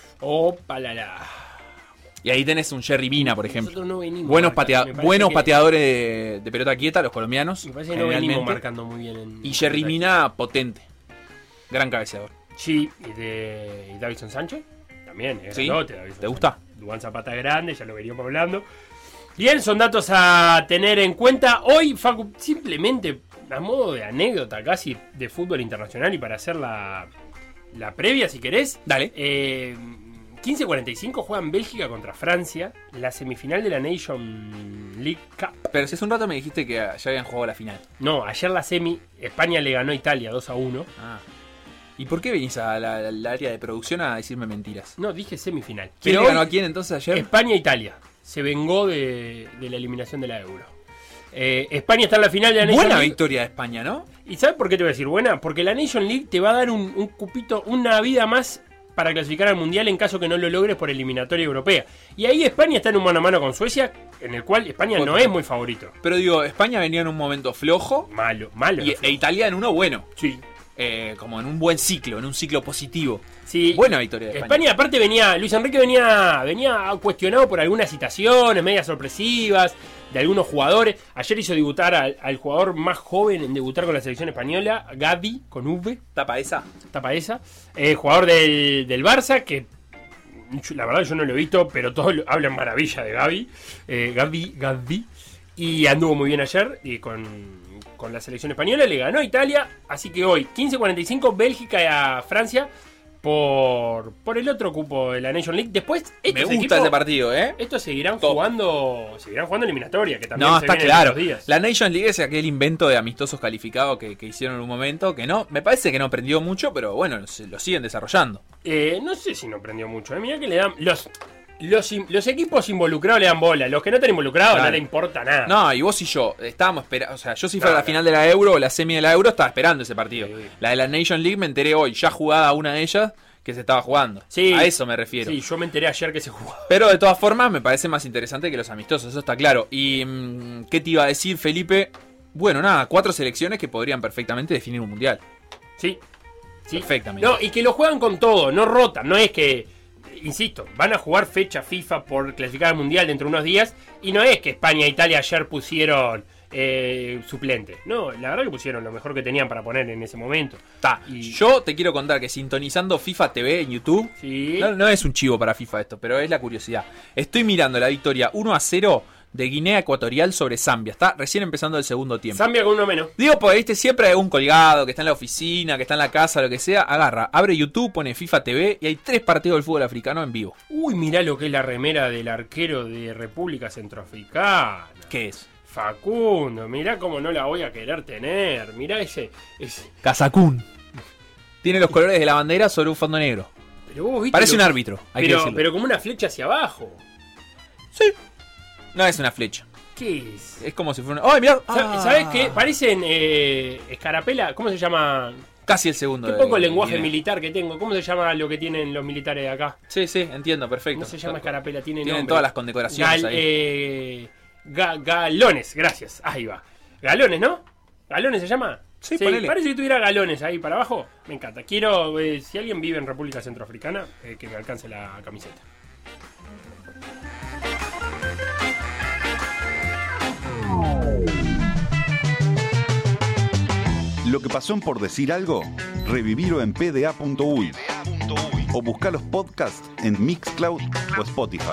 Opa, la. Y ahí tenés un Jerry Mina, por ejemplo. Nosotros no venimos Buenos, marcando. Me parece buenos que- pateadores de pelota quieta, los colombianos. Me parece que no venimos generalmente. marcando muy bien. Y Jerry Mina, potente. Gran cabeceador. Sí, y Davidson Sánchez también. Es ¿Sí? grandote, Davidson ¿Te gusta? Sánchez. Duván Zapata grande, ya lo veníamos hablando. Bien, son datos a tener en cuenta. Hoy, Facu, simplemente a modo de anécdota casi de fútbol internacional y para hacer la previa, si querés. Dale. 15:45 juegan Bélgica contra Francia, la semifinal de la Nation League Cup. Pero si hace un rato me dijiste que ya habían jugado la final. No, ayer la semi, España le ganó a Italia 2-1. ¿Y por qué venís al área de producción a decirme mentiras? No, dije semifinal. ¿Quién Pero le ganó hoy, a quién entonces ayer? España e Italia. Se vengó de la eliminación de la Euro. España está en la final de la Nation Buena League. victoria de España, ¿no? ¿Y sabes por qué te voy a decir buena? Porque la Nation League te va a dar un cupito, una vida más para clasificar al Mundial en caso que no lo logres por eliminatoria europea. Y ahí España está en un mano a mano con Suecia, en el cual España no es muy favorito. Pero digo, España venía en un momento flojo Malo. e Italia en uno bueno. Sí. Como en un buen ciclo, en un ciclo positivo. Sí. Buena victoria de España. España aparte Luis Enrique venía cuestionado por algunas citaciones medias sorpresivas de algunos jugadores. Ayer hizo debutar al jugador más joven en debutar con la selección española, Gavi, con V, Tapa esa. jugador del Barça, que la verdad yo no lo he visto, pero todos hablan maravilla de Gavi. Gavi. Y anduvo muy bien ayer y con la selección española, le ganó a Italia, así que hoy 15:45 Bélgica a Francia por el otro cupo de la Nation League. Después Me gusta ese partido, ¿eh? Estos seguirán Top. jugando eliminatoria, que también No, se está viene en claro. estos días. La Nation League es aquel invento de amistosos calificados que hicieron en un momento, que no, me parece que no aprendió mucho, pero bueno, lo siguen desarrollando. No sé si no aprendió mucho. Mirá que le dan los equipos involucrados le dan bola. Los que no están involucrados Claro. no le importa nada. No, y vos y yo estábamos esperando, o sea, yo si fuera No, la final de la Euro o la semi de la Euro estaba esperando ese partido. Sí. La de la Nation League me enteré hoy, ya jugada una de ellas, que se estaba jugando. Sí. A eso me refiero. Sí, yo me enteré ayer que se jugaba. Pero de todas formas me parece más interesante que los amistosos, eso está claro. Y ¿qué te iba a decir, Felipe? Bueno, nada, 4 selecciones que podrían perfectamente definir un mundial. Sí. Perfectamente. No, y que lo juegan con todo, no rotan, no es que, insisto, van a jugar fecha FIFA por clasificar al Mundial dentro de unos días, y no es que España e Italia ayer pusieron suplente. No, la verdad que pusieron lo mejor que tenían para poner en ese momento. Y- Yo te quiero contar que sintonizando FIFA TV en YouTube, Sí. no es un chivo para FIFA esto, pero es la curiosidad. Estoy mirando la victoria 1-0 de Guinea Ecuatorial sobre Zambia. Está recién empezando el segundo tiempo. Zambia con uno menos. Digo, porque viste, siempre hay un colgado que está en la oficina, que está en la casa, lo que sea. Agarra, abre YouTube, pone FIFA TV y hay 3 partidos del fútbol africano en vivo. Uy, mirá lo que es la remera del arquero de República Centroafricana. ¿Qué es? Facundo, mirá cómo no la voy a querer tener. Mirá ese... Casacún. Tiene los colores de la bandera sobre un fondo negro. Pero vos viste parece un árbitro, hay que decirlo. Pero como una flecha hacia abajo. Sí. No es una flecha. ¿Qué es? Es como si fuera una... ¡Ay, mirá! ¿Sabes qué? Parecen escarapela. ¿Cómo se llama? Casi el segundo. Qué poco lenguaje militar que tengo. ¿Cómo se llama lo que tienen los militares de acá? Sí, entiendo, perfecto. No se llama escarapela, tienen todas las condecoraciones ahí. Galones, gracias. Ahí va. Galones, ¿no? ¿Galones se llama? Sí, ponele. Parece que tuviera galones ahí para abajo. Me encanta. Quiero, si alguien vive en República Centroafricana, que me alcance la camiseta. Lo que pasó en Por Decir Algo, revivirlo en pda.uy o buscar los podcasts en Mixcloud o Spotify.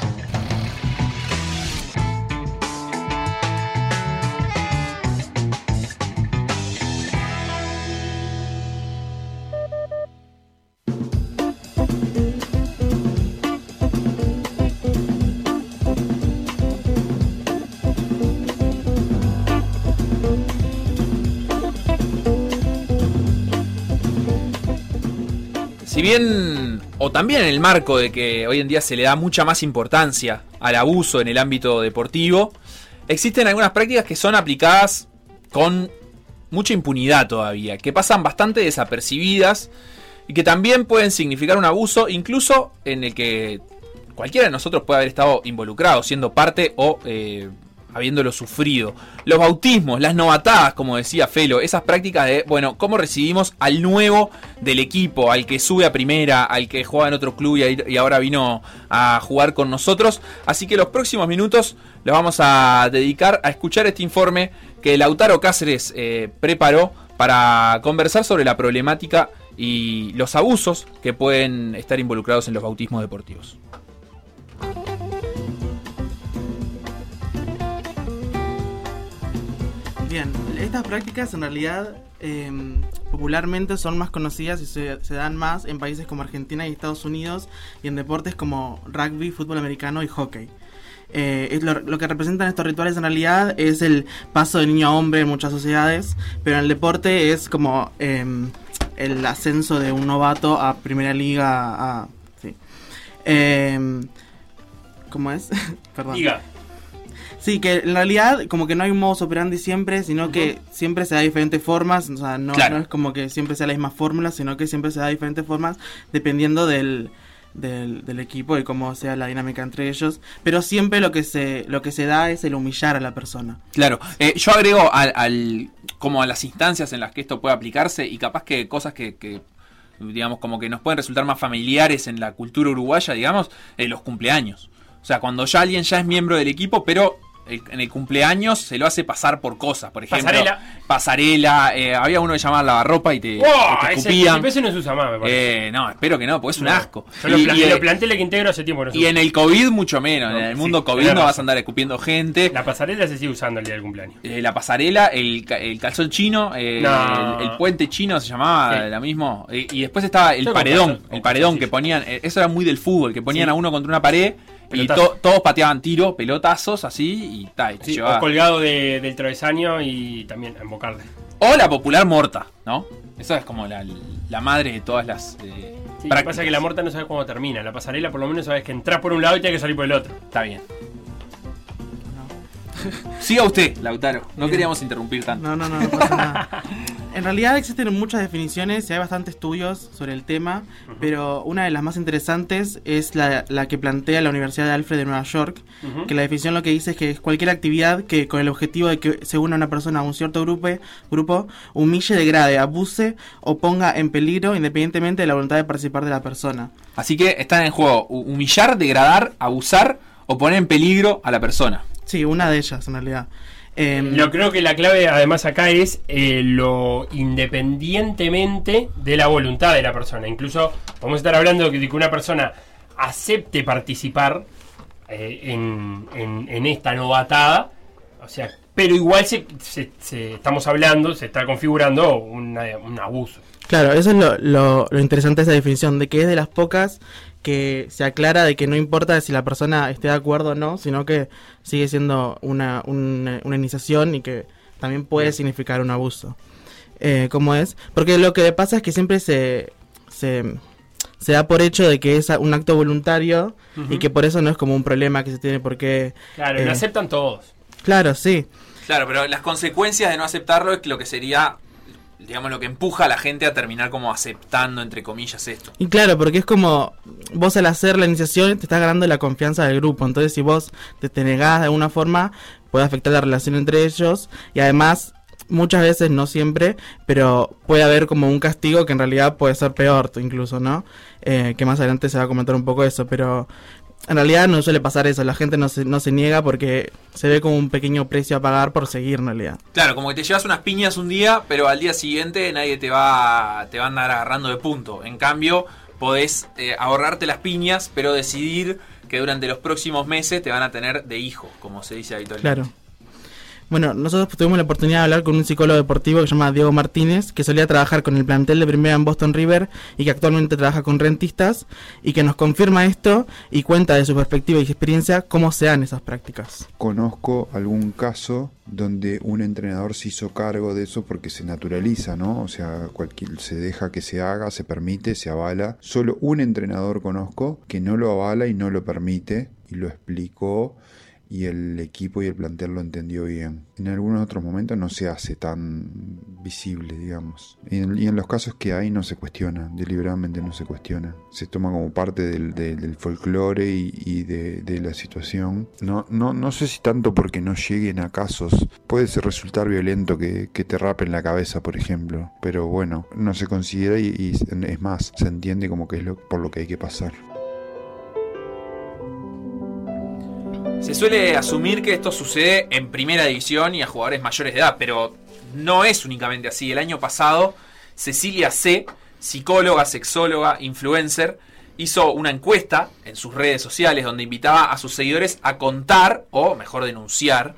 Si bien, o también en el marco de que hoy en día se le da mucha más importancia al abuso en el ámbito deportivo, existen algunas prácticas que son aplicadas con mucha impunidad todavía, que pasan bastante desapercibidas y que también pueden significar un abuso, incluso en el que cualquiera de nosotros puede haber estado involucrado, siendo parte o habiéndolo sufrido. Los bautismos, las novatadas, como decía Felo, esas prácticas de, bueno, cómo recibimos al nuevo del equipo, al que sube a primera, al que juega en otro club y ahora vino a jugar con nosotros. Así que los próximos minutos los vamos a dedicar a escuchar este informe que Lautaro Cáceres preparó para conversar sobre la problemática y los abusos que pueden estar involucrados en los bautismos deportivos. Bien, estas prácticas en realidad popularmente son más conocidas y se dan más en países como Argentina y Estados Unidos y en deportes como rugby, fútbol americano y hockey. Lo que representan estos rituales en realidad es el paso de niño a hombre en muchas sociedades, pero en el deporte es como el ascenso de un novato a primera liga. Sí. ¿Cómo es? Perdón. Liga. Sí, que en realidad como que no hay un modus operandi siempre, sino que siempre se da diferentes formas, o sea, no es como que siempre sea la misma fórmula, sino que siempre se da diferentes formas dependiendo del equipo y cómo sea la dinámica entre ellos, pero siempre lo que se da es el humillar a la persona. Claro, yo agrego como a las instancias en las que esto puede aplicarse y capaz que cosas que digamos como que nos pueden resultar más familiares en la cultura uruguaya, digamos, los cumpleaños. O sea, cuando ya alguien ya es miembro del equipo, pero en el cumpleaños se lo hace pasar por cosas, por ejemplo pasarela, había uno que llamaba lavarropa y te escupían. Ese no se usa más, me parece. No, espero que no, porque es un asco. Yo lo planteé el que integro hace tiempo. Y en el COVID mucho menos, en el mundo COVID no vas a andar escupiendo gente. La pasarela se sigue usando el día del cumpleaños. La pasarela, el calzón chino, el puente chino se llamaba, lo mismo. Y después estaba el paredón que ponían, eso era muy del fútbol, que ponían a uno contra una pared. Pelotazo. Y todos pateaban tiro, pelotazos así y tal. O colgado del travesaño y también en bocarde. O la popular morta, ¿no? Esa es como la madre de todas las lo que pasa es que la morta no sabes cómo termina. La pasarela por lo menos sabes que entras por un lado y tienes que salir por el otro. Está bien. Siga usted, Lautaro. No queríamos interrumpir tanto. No pasa nada. En realidad existen muchas definiciones y hay bastantes estudios sobre el tema, pero una de las más interesantes es la que plantea la Universidad de Alfred de Nueva York, que la definición lo que dice es que es cualquier actividad que con el objetivo de que se una una persona a un cierto grupo humille, degrade, abuse o ponga en peligro independientemente de la voluntad de participar de la persona. Así que están en juego humillar, degradar, abusar o poner en peligro a la persona. Sí, una de ellas en realidad. Yo creo que la clave además acá es lo independientemente de la voluntad de la persona. Incluso podemos estar hablando de que una persona acepte participar en esta novatada. O sea, pero igual estamos hablando, se está configurando un abuso. Claro, eso es lo interesante de esa definición, de que es de las pocas que se aclara de que no importa si la persona esté de acuerdo o no, sino que sigue siendo una iniciación y que también puede significar un abuso. ¿Cómo es? Porque lo que pasa es que siempre se da por hecho de que es un acto voluntario y que por eso no es como un problema que se tiene por qué... Claro, lo aceptan todos. Claro, sí. Claro, pero las consecuencias de no aceptarlo es lo que sería, digamos, lo que empuja a la gente a terminar como aceptando, entre comillas, esto. Y claro, porque es como vos al hacer la iniciación te estás ganando la confianza del grupo. Entonces si vos te negás de alguna forma, puede afectar la relación entre ellos. Y además, muchas veces, no siempre, pero puede haber como un castigo que en realidad puede ser peor incluso, ¿no? Que más adelante se va a comentar un poco eso, pero... En realidad no suele pasar eso, la gente no se niega porque se ve como un pequeño precio a pagar por seguir en realidad. Claro, como que te llevas unas piñas un día, pero al día siguiente nadie te va a andar agarrando de punto. En cambio, podés ahorrarte las piñas, pero decidir que durante los próximos meses te van a tener de hijo, como se dice habitualmente. Claro. Bueno, nosotros tuvimos la oportunidad de hablar con un psicólogo deportivo que se llama Diego Martínez, que solía trabajar con el plantel de primera en Boston River y que actualmente trabaja con rentistas, y que nos confirma esto y cuenta de su perspectiva y experiencia cómo se dan esas prácticas. Conozco algún caso donde un entrenador se hizo cargo de eso porque se naturaliza, ¿no? O sea, se deja que se haga, se permite, se avala. Solo un entrenador conozco que no lo avala y no lo permite, y lo explicó, y el equipo y el plantel lo entendió bien. En algunos otros momentos no se hace tan visible, digamos. Y en los casos que hay no se cuestiona, deliberadamente no se cuestiona. Se toma como parte del folclore y de la situación. No sé si tanto porque no lleguen a casos. Puede resultar violento que te rapen la cabeza, por ejemplo. Pero bueno, no se considera y es más, se entiende como que es por lo que hay que pasar. Se suele asumir que esto sucede en primera división y a jugadores mayores de edad, pero no es únicamente así. El año pasado, Cecilia C., psicóloga, sexóloga, influencer, hizo una encuesta en sus redes sociales donde invitaba a sus seguidores a contar, o mejor denunciar,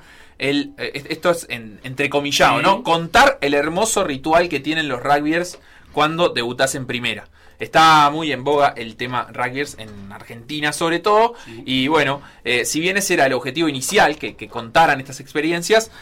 esto es entrecomillado, ¿no? Contar el hermoso ritual que tienen los rugbyers cuando debutas en primera. Está muy en boga el tema rugbyers en Argentina sobre todo, y bueno, si bien ese era el objetivo inicial, que contaran estas experiencias,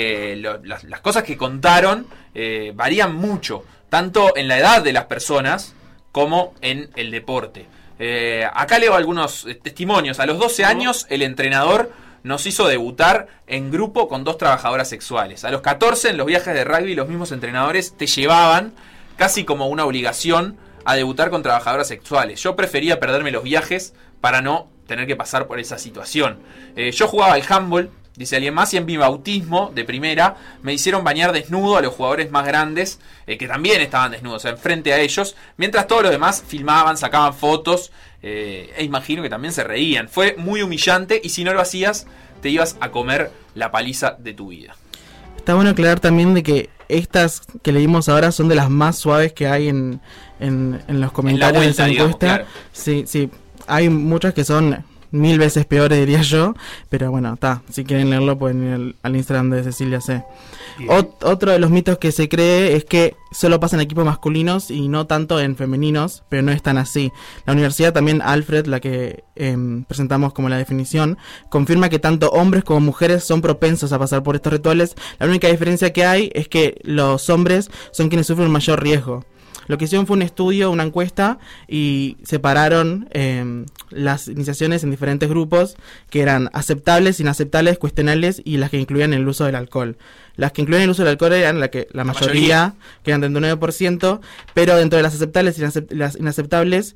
las cosas que contaron varían mucho, tanto en la edad de las personas como en el deporte. Acá leo algunos testimonios. A los 12 años el entrenador nos hizo debutar en grupo con 2 trabajadoras sexuales. A los 14 en los viajes de rugby los mismos entrenadores te llevaban casi como una obligación a debutar con trabajadoras sexuales. Yo prefería perderme los viajes para no tener que pasar por esa situación. Yo jugaba al handball, dice alguien más, y en mi bautismo de primera me hicieron bañar desnudo a los jugadores más grandes, que también estaban desnudos, o sea, enfrente a ellos, mientras todos los demás filmaban, sacaban fotos, e imagino que también se reían. Fue muy humillante y si no lo hacías, te ibas a comer la paliza de tu vida. Está bueno aclarar también de que estas que leímos ahora son de las más suaves que hay en los comentarios de esa encuesta. Claro. Sí, hay muchas que son 1000 veces peores, diría yo, pero bueno, si quieren leerlo pueden ir al Instagram de Cecilia C. Otro de los mitos que se cree es que solo pasa en equipos masculinos y no tanto en femeninos, pero no es tan así. La universidad también, Alfred, la que presentamos como la definición, confirma que tanto hombres como mujeres son propensos a pasar por estos rituales. La única diferencia que hay es que los hombres son quienes sufren un mayor riesgo. Lo que hicieron fue un estudio, una encuesta, y separaron las iniciaciones en diferentes grupos que eran aceptables, inaceptables, cuestionables y las que incluían el uso del alcohol. Las que incluían el uso del alcohol eran la mayoría, que eran del 39%, pero dentro de las aceptables y las inaceptables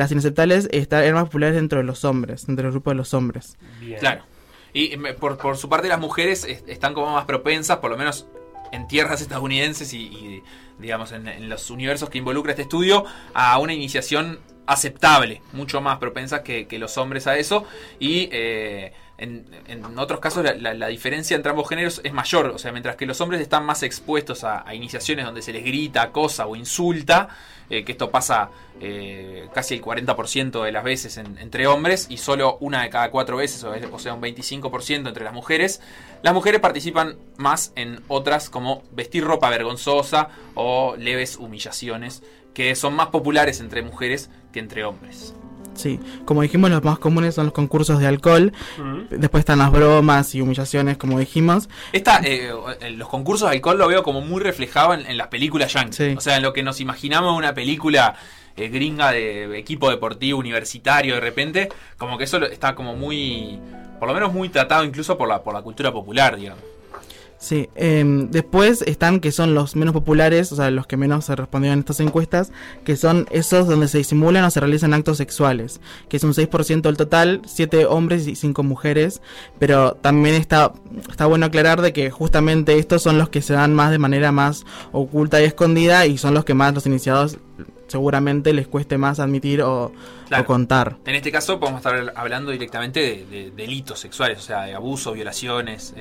eran más populares dentro de los hombres, dentro del grupo de los hombres. Bien. Claro. Y por su parte las mujeres están como más propensas, por lo menos en tierras estadounidenses y digamos en los universos que involucra este estudio, a una iniciación aceptable, mucho más propensas que los hombres a eso, y en otros casos la diferencia entre ambos géneros es mayor. O sea, mientras que los hombres están más expuestos a iniciaciones donde se les grita, acosa o insulta, que esto pasa casi el 40% de las veces entre hombres y solo una de cada 4 veces, o sea un 25% entre las mujeres participan más en otras como vestir ropa vergonzosa o leves humillaciones, que son más populares entre mujeres que entre hombres. Sí, como dijimos, los más comunes son los concursos de alcohol. Después están las bromas y humillaciones, como dijimos. Los concursos de alcohol lo veo como muy reflejado en las películas yankees. Sí. O sea, en lo que nos imaginamos una película gringa de equipo deportivo universitario de repente, como que eso está como muy, por lo menos muy tratado incluso por la cultura popular, digamos. Sí, después están que son los menos populares, o sea, los que menos se respondieron en estas encuestas, que son esos donde se disimulan o se realizan actos sexuales, que es un 6% del total, 7 hombres y 5 mujeres, pero también está bueno aclarar de que justamente estos son los que se dan más de manera más oculta y escondida, y son los que más los iniciados seguramente les cueste más admitir o contar. En este caso podemos estar hablando directamente de delitos sexuales, o sea, de abusos, violaciones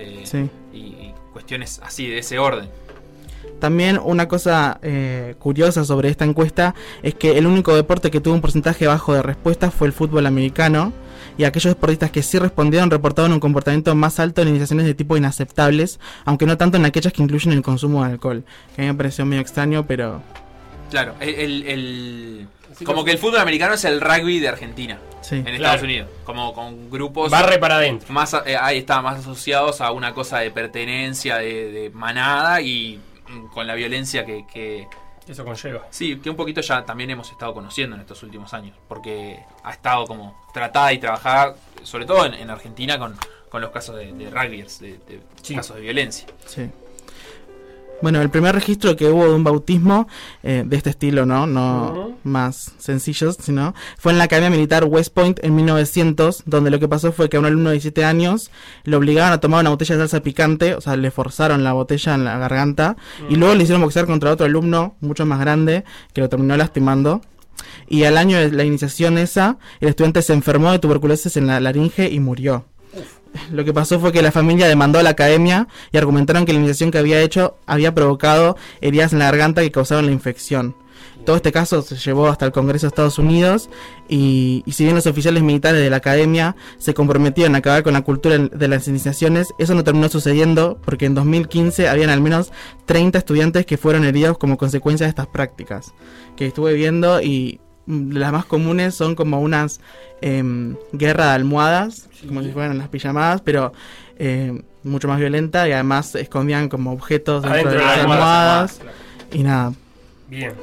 y cuestiones así de ese orden. También una cosa curiosa sobre esta encuesta es que el único deporte que tuvo un porcentaje bajo de respuestas fue el fútbol americano, y aquellos deportistas que sí respondieron reportaron un comportamiento más alto en iniciaciones de tipo inaceptables, aunque no tanto en aquellas que incluyen el consumo de alcohol, que a mí me pareció medio extraño, pero... Claro, como que el fútbol americano es el rugby de Argentina, en Estados Unidos, como con grupos barre para adentro, más ahí está, más asociados a una cosa de pertenencia, de manada, y con la violencia que eso conlleva. Sí, que un poquito ya también hemos estado conociendo en estos últimos años, porque ha estado como tratada y trabajada, sobre todo en Argentina, con los casos de rugbyers, de casos de violencia. Sí. Bueno, el primer registro que hubo de un bautismo de este estilo, no más sencillos, sino fue en la Academia Militar West Point en 1900, donde lo que pasó fue que a un alumno de 17 años lo obligaban a tomar una botella de salsa picante, o sea, le forzaron la botella en la garganta, y luego le hicieron boxear contra otro alumno mucho más grande, que lo terminó lastimando. Y al año de la iniciación esa, el estudiante se enfermó de tuberculosis en la laringe y murió. Lo que pasó fue que la familia demandó a la academia y argumentaron que la iniciación que había hecho había provocado heridas en la garganta que causaron la infección. Todo este caso se llevó hasta el Congreso de Estados Unidos y si bien los oficiales militares de la academia se comprometieron a acabar con la cultura de las iniciaciones, eso no terminó sucediendo porque en 2015 habían al menos 30 estudiantes que fueron heridos como consecuencia de estas prácticas que estuve viendo, y las más comunes son como unas guerra de almohadas, como si fueran las pijamadas, pero mucho más violenta, y además escondían como objetos dentro de las almohadas. Y nada. Bien.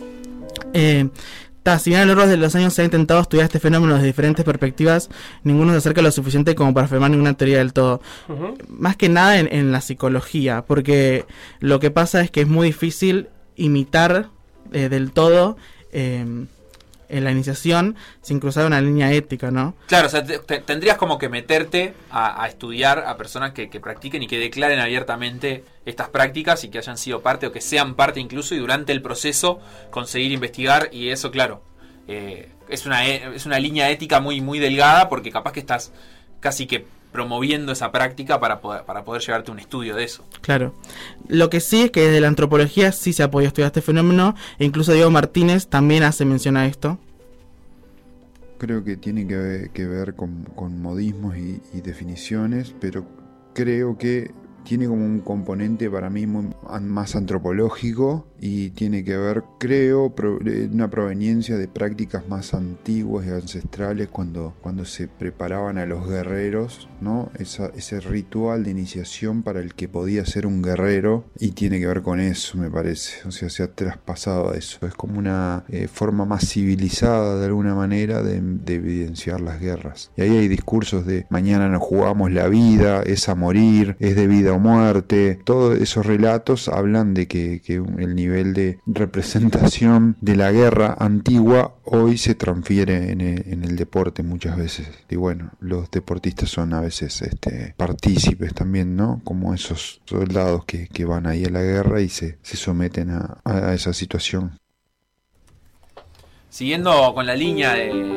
Si bien a lo largo de los años se ha intentado estudiar este fenómeno desde diferentes perspectivas, ninguno se acerca lo suficiente como para afirmar ninguna teoría del todo. Más que nada en la psicología, porque lo que pasa es que es muy difícil imitar del todo en la iniciación sin cruzar una línea ética, ¿no? Claro, o sea, tendrías como que meterte a estudiar a personas que practiquen y que declaren abiertamente estas prácticas y que hayan sido parte o que sean parte incluso, y durante el proceso conseguir investigar, y eso, claro, es una línea ética muy, muy delgada, porque capaz que estás casi que promoviendo esa práctica para poder llevarte un estudio de eso. Claro. Lo que sí es que desde la antropología sí se ha podido estudiar este fenómeno, e incluso Diego Martínez también hace mención a esto. Creo que tiene que ver con modismos y definiciones, pero creo que tiene como un componente para mí más antropológico, y tiene que ver, creo, una proveniencia de prácticas más antiguas y ancestrales cuando se preparaban a los guerreros, ¿no? Ese ritual de iniciación para el que podía ser un guerrero, y tiene que ver con eso, me parece. O sea, se ha traspasado a eso. Es como una forma más civilizada de alguna manera de evidenciar las guerras. Y ahí hay discursos de mañana nos jugamos la vida, es a morir, es de vida o muerte. Todos esos relatos hablan de que el nivel de representación de la guerra antigua hoy se transfiere en el deporte muchas veces. Y bueno, los deportistas son a veces partícipes también, ¿no? Como esos soldados que van ahí a la guerra y se someten a esa situación. Siguiendo con la línea de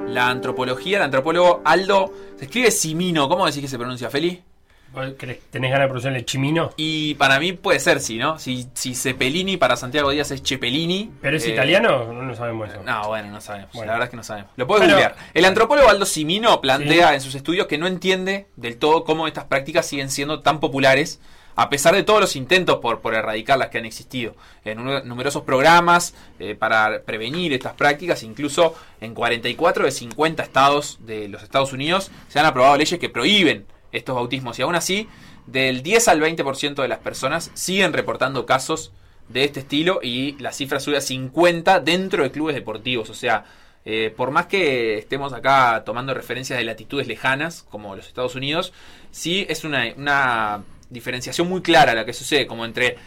la antropología, el antropólogo Aldo, se escribe Cimino, ¿cómo decís que se pronuncia, Feli? ¿Tenés ganas de pronunciarle Chimino? Y para mí puede ser, sí, ¿no? Si Cepelini para Santiago Díaz es Cepelini. ¿Pero es italiano? No sabemos eso. No, bueno, no sabemos. Bueno. La verdad es que no sabemos. Lo puedes googlear. El antropólogo Aldo Cimino plantea en sus estudios que no entiende del todo cómo estas prácticas siguen siendo tan populares, a pesar de todos los intentos por erradicarlas que han existido. En numerosos programas para prevenir estas prácticas, incluso en 44 de 50 estados de los Estados Unidos se han aprobado leyes que prohíben estos bautismos, y aún así del 10 al 20% de las personas siguen reportando casos de este estilo, y la cifra sube a 50 dentro de clubes deportivos. O sea, por más que estemos acá tomando referencias de latitudes lejanas como los Estados Unidos, sí es una diferenciación muy clara la que sucede, como entre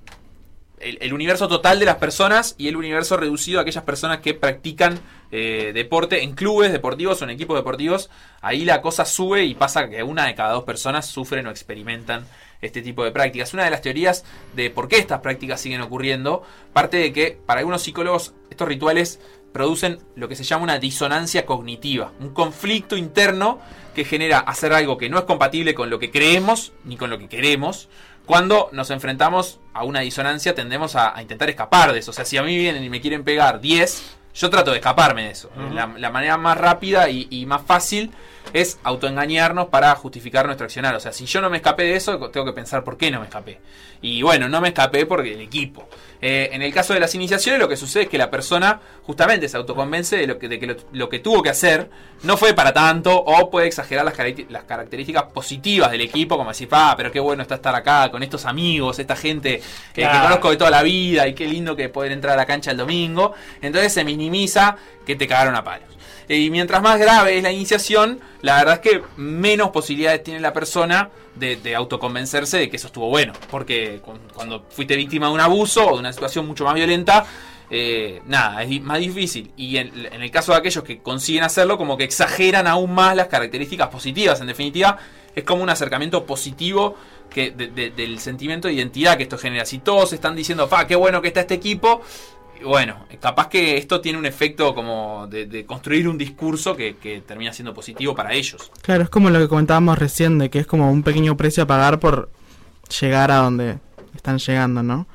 el universo total de las personas y el universo reducido a aquellas personas que practican deporte en clubes deportivos o en equipos deportivos. Ahí la cosa sube y pasa que 1 de cada 2 personas sufren o experimentan este tipo de prácticas. Una de las teorías de por qué estas prácticas siguen ocurriendo parte de que para algunos psicólogos estos rituales producen lo que se llama una disonancia cognitiva, un conflicto interno que genera hacer algo que no es compatible con lo que creemos ni con lo que queremos. Cuando nos enfrentamos a una disonancia tendemos a intentar escapar de eso. O sea, si a mí vienen y me quieren pegar 10, yo trato de escaparme de eso. La manera más rápida y más fácil es autoengañarnos para justificar nuestro accionar. O sea, si yo no me escapé de eso, tengo que pensar por qué no me escapé. Y bueno, no me escapé porque el equipo. En el caso de las iniciaciones, lo que sucede es que la persona justamente se autoconvence de que lo que tuvo que hacer no fue para tanto, o puede exagerar las características positivas del equipo, como decir, pero qué bueno está estar acá con estos amigos, esta gente que conozco de toda la vida, y qué lindo que poder entrar a la cancha el domingo. Entonces se minimiza que te cagaron a palos. Y mientras más grave es la iniciación, la verdad es que menos posibilidades tiene la persona de autoconvencerse de que eso estuvo bueno. Porque cuando fuiste víctima de un abuso o de una situación mucho más violenta, es más difícil. Y en el caso de aquellos que consiguen hacerlo, como que exageran aún más las características positivas. En definitiva, es como un acercamiento positivo del sentimiento de identidad que esto genera. Si todos están diciendo, qué bueno que está este equipo, bueno, capaz que esto tiene un efecto como de construir un discurso que termina siendo positivo para ellos. Claro, es como lo que comentábamos recién, de que es como un pequeño precio a pagar por llegar a donde están llegando, ¿no?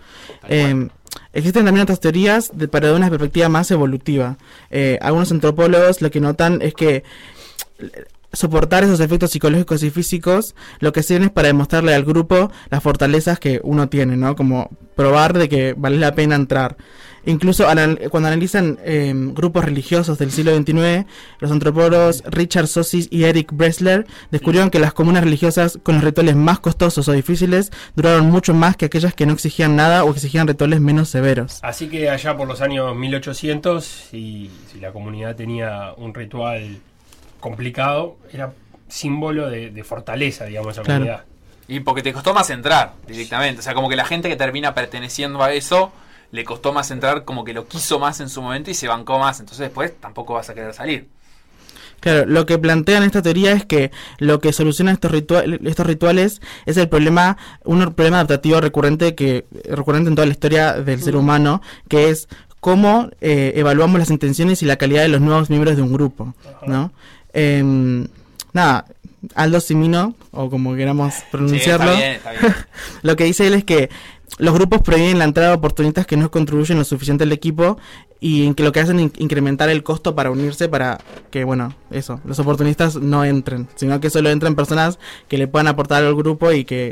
Existen también otras teorías para una perspectiva más evolutiva. Algunos antropólogos lo que notan es que soportar esos efectos psicológicos y físicos lo que sirven es para demostrarle al grupo las fortalezas que uno tiene, ¿no? Como probar de que vale la pena entrar. Incluso cuando analizan grupos religiosos del siglo XXIX, los antropólogos Richard Sosis y Eric Bressler descubrieron que las comunas religiosas con los rituales más costosos o difíciles duraron mucho más que aquellas que no exigían nada o exigían rituales menos severos. Así que allá por los años 1800, si la comunidad tenía un ritual complicado, era símbolo de fortaleza, digamos, esa comunidad. Y porque te costó más entrar directamente. O sea, como que la gente que termina perteneciendo a eso le costó más entrar, como que lo quiso más en su momento y se bancó más. Entonces después tampoco vas a querer salir. Claro, lo que plantean esta teoría es que lo que soluciona estos rituales es un problema adaptativo recurrente en toda la historia del ser humano, que es cómo evaluamos las intenciones y la calidad de los nuevos miembros de un grupo, ¿no? Aldo Cimino, o como queramos pronunciarlo, sí, está bien. Lo que dice él es que los grupos prohíben la entrada de oportunistas que no contribuyen lo suficiente al equipo, y en que lo que hacen es incrementar el costo para unirse, para que, los oportunistas no entren, sino que solo entren personas que le puedan aportar al grupo y que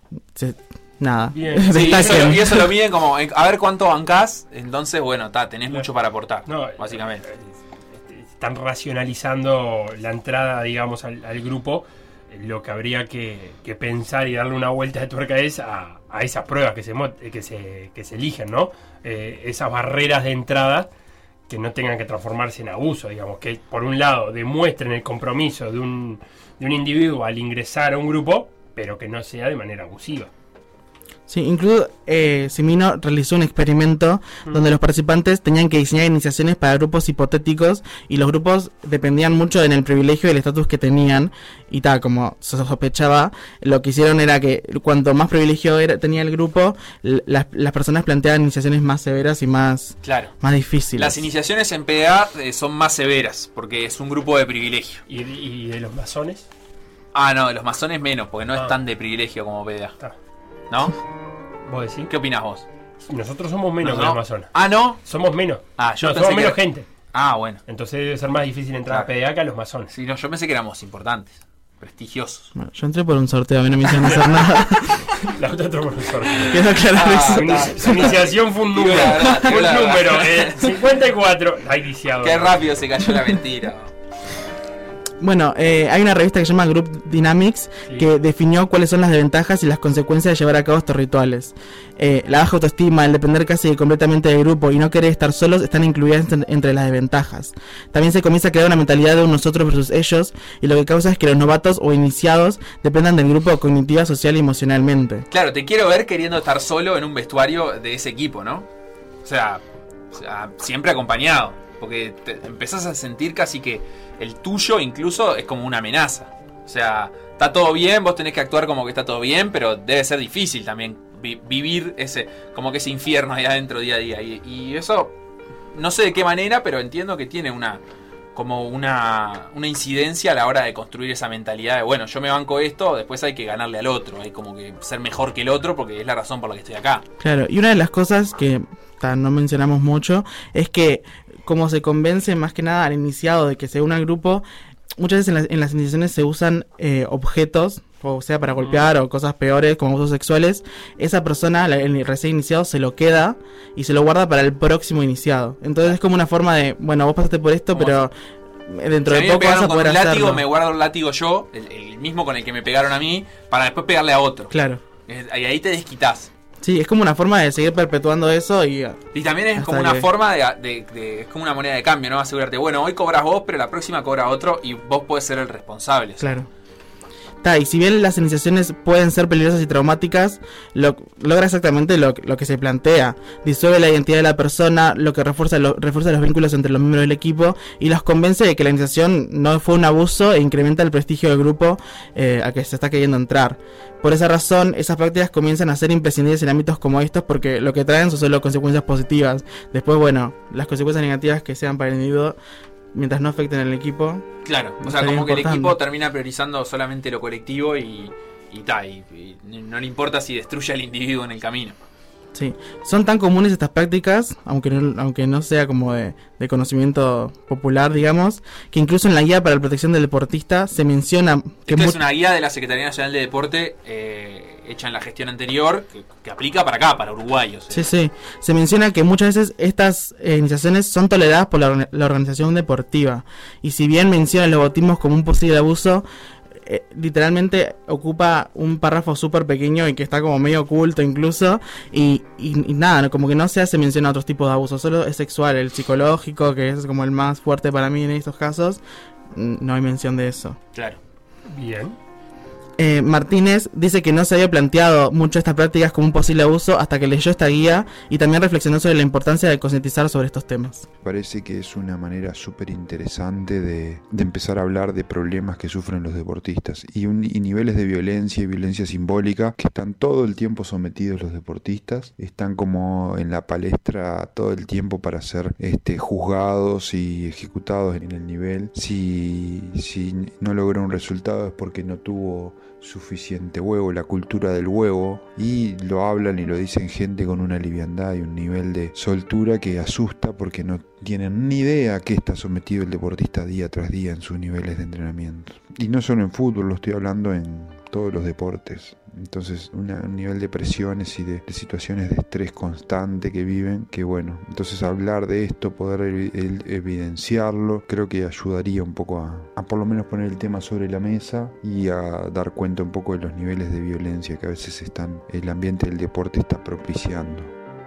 Bien. Sí, y eso lo miden como a ver cuánto bancás. Entonces, tenés mucho para aportar, básicamente. Están racionalizando la entrada, digamos, al grupo. Lo que habría que pensar y darle una vuelta de tuerca es a esas pruebas que se eligen, ¿no? Esas barreras de entrada que no tengan que transformarse en abuso, digamos, que por un lado demuestren el compromiso de un individuo al ingresar a un grupo, pero que no sea de manera abusiva. Sí, incluso Cimino realizó un experimento donde los participantes tenían que diseñar iniciaciones para grupos hipotéticos y los grupos dependían mucho en el privilegio y el estatus que tenían y tal, como se sospechaba, lo que hicieron era que cuanto más privilegio tenía el grupo, las personas planteaban iniciaciones más severas y más difíciles. Las iniciaciones en PDA son más severas porque es un grupo de privilegio. ¿Y de los masones? Ah, no, de los masones menos, porque no es tan de privilegio como PDA. ¿No? ¿Vos decís? ¿Qué opinás vos? Nosotros somos menos que los masones. Ah, ¿no? Somos menos. Somos menos gente. Ah, bueno. Entonces debe ser más difícil entrar a PDA que a los masones. Sí, no, yo pensé que éramos importantes, prestigiosos. Bueno, yo entré por un sorteo, a mí no me hicieron hacer nada. La otra entró por un sorteo. Quiero aclarar eso. Su iniciación fue un número. Fue un número. 54. Ay, iniciado. Qué rápido se cayó la mentira. Bueno, hay una revista que se llama Group Dynamics que definió cuáles son las desventajas y las consecuencias de llevar a cabo estos rituales. La baja autoestima, el depender casi completamente del grupo y no querer estar solos están incluidas entre las desventajas. También se comienza a crear una mentalidad de un nosotros versus ellos y lo que causa es que los novatos o iniciados dependan del grupo cognitiva, social y emocionalmente. Claro, te quiero ver queriendo estar solo en un vestuario de ese equipo, ¿no? O sea siempre acompañado, porque te empezás a sentir casi que el tuyo incluso es como una amenaza. O sea, está todo bien, vos tenés que actuar como que está todo bien, pero debe ser difícil también vivir ese infierno ahí adentro día a día. Y eso, no sé de qué manera, pero entiendo que tiene una incidencia a la hora de construir esa mentalidad de, bueno, yo me banco esto, después hay que ganarle al otro, hay como que ser mejor que el otro porque es la razón por la que estoy acá. Claro, y una de las cosas que no mencionamos mucho es que como se convence más que nada al iniciado de que se una al grupo, muchas veces en las iniciaciones se usan objetos, o sea, para golpear o cosas peores como abusos sexuales. Esa persona, el recién iniciado, se lo queda y se lo guarda para el próximo iniciado. Entonces es como una forma de, bueno, vos pasaste por esto, pero dentro de poco vas a poder hacerlo. Látigo, me guardo el látigo yo, el mismo con el que me pegaron a mí, para después pegarle a otro. Claro. Y ahí te desquitás. Sí, es como una forma de seguir perpetuando eso y también es como una forma de es como una moneda de cambio, ¿no? Asegurarte, bueno, hoy cobras vos, pero la próxima cobra otro y vos podés ser el responsable. Claro. Y si bien las iniciaciones pueden ser peligrosas y traumáticas, logra exactamente lo que se plantea. Disuelve la identidad de la persona, lo que refuerza los vínculos entre los miembros del equipo y los convence de que la iniciación no fue un abuso e incrementa el prestigio del grupo a que se está queriendo entrar. Por esa razón, esas prácticas comienzan a ser imprescindibles en ámbitos como estos porque lo que traen son solo consecuencias positivas. Después, bueno, las consecuencias negativas que sean para el individuo, mientras no afecten al equipo. Claro, o sea, como que el equipo termina priorizando solamente lo colectivo y no le importa si destruye al individuo en el camino. Sí, son tan comunes estas prácticas, aunque no sea como de conocimiento popular, digamos, que incluso en la guía para la protección del deportista se menciona que es una guía de la Secretaría Nacional de Deporte hecha en la gestión anterior que aplica para acá, para Uruguay. O sea. Sí, se menciona que muchas veces estas iniciaciones son toleradas por la organización deportiva y si bien menciona los bautismos como un posible abuso, literalmente ocupa un párrafo súper pequeño y que está como medio oculto incluso y nada, como que no se hace mención a otros tipos de abusos, solo es sexual, el psicológico, que es como el más fuerte para mí en estos casos, no hay mención de eso. Claro. Bien. Martínez dice que no se había planteado mucho estas prácticas como un posible abuso hasta que leyó esta guía y también reflexionó sobre la importancia de concientizar sobre estos temas. Parece que es una manera súper interesante de empezar a hablar de problemas que sufren los deportistas y niveles de violencia y violencia simbólica que están todo el tiempo sometidos los deportistas, están como en la palestra todo el tiempo para ser juzgados y ejecutados en el nivel. Si no logró un resultado es porque no tuvo suficiente huevo, la cultura del huevo, y lo hablan y lo dicen gente con una liviandad y un nivel de soltura que asusta porque no tienen ni idea a qué está sometido el deportista día tras día en sus niveles de entrenamiento. Y no solo en fútbol, lo estoy hablando en todos los deportes. Entonces un nivel de presiones y de situaciones de estrés constante que viven, que bueno, entonces hablar de esto, poder evidenciarlo, creo que ayudaría un poco a por lo menos poner el tema sobre la mesa y a dar cuenta un poco de los niveles de violencia que a veces el ambiente del deporte está propiciando.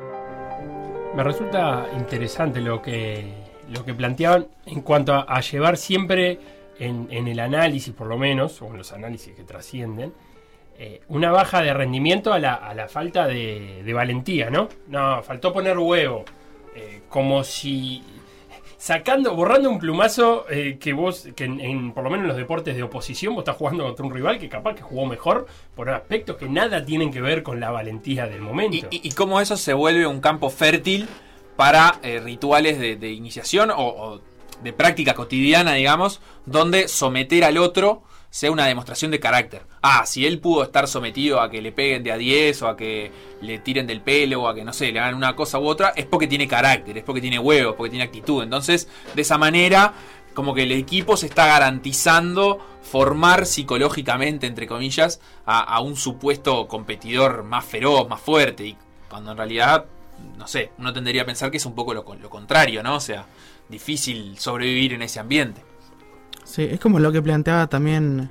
Me resulta interesante lo que planteaban en cuanto a llevar siempre en el análisis, por lo menos, o en los análisis que trascienden, una baja de rendimiento a la falta de valentía, ¿no? No, faltó poner huevo. Como si borrando un plumazo que por lo menos en los deportes de oposición vos estás jugando contra un rival que capaz que jugó mejor por aspectos que nada tienen que ver con la valentía del momento. Y cómo eso se vuelve un campo fértil para rituales de iniciación o de práctica cotidiana, digamos, donde someter al otro sea una demostración de carácter. Si él pudo estar sometido a que le peguen de a 10 o a que le tiren del pelo o a que, no sé, le hagan una cosa u otra, es porque tiene carácter, es porque tiene huevos, porque tiene actitud. Entonces, de esa manera, como que el equipo se está garantizando formar psicológicamente, entre comillas, a un supuesto competidor más feroz, más fuerte, y cuando en realidad, no sé, uno tendería a pensar que es un poco lo contrario, ¿no? O sea, difícil sobrevivir en ese ambiente. Sí, es como lo que planteaba también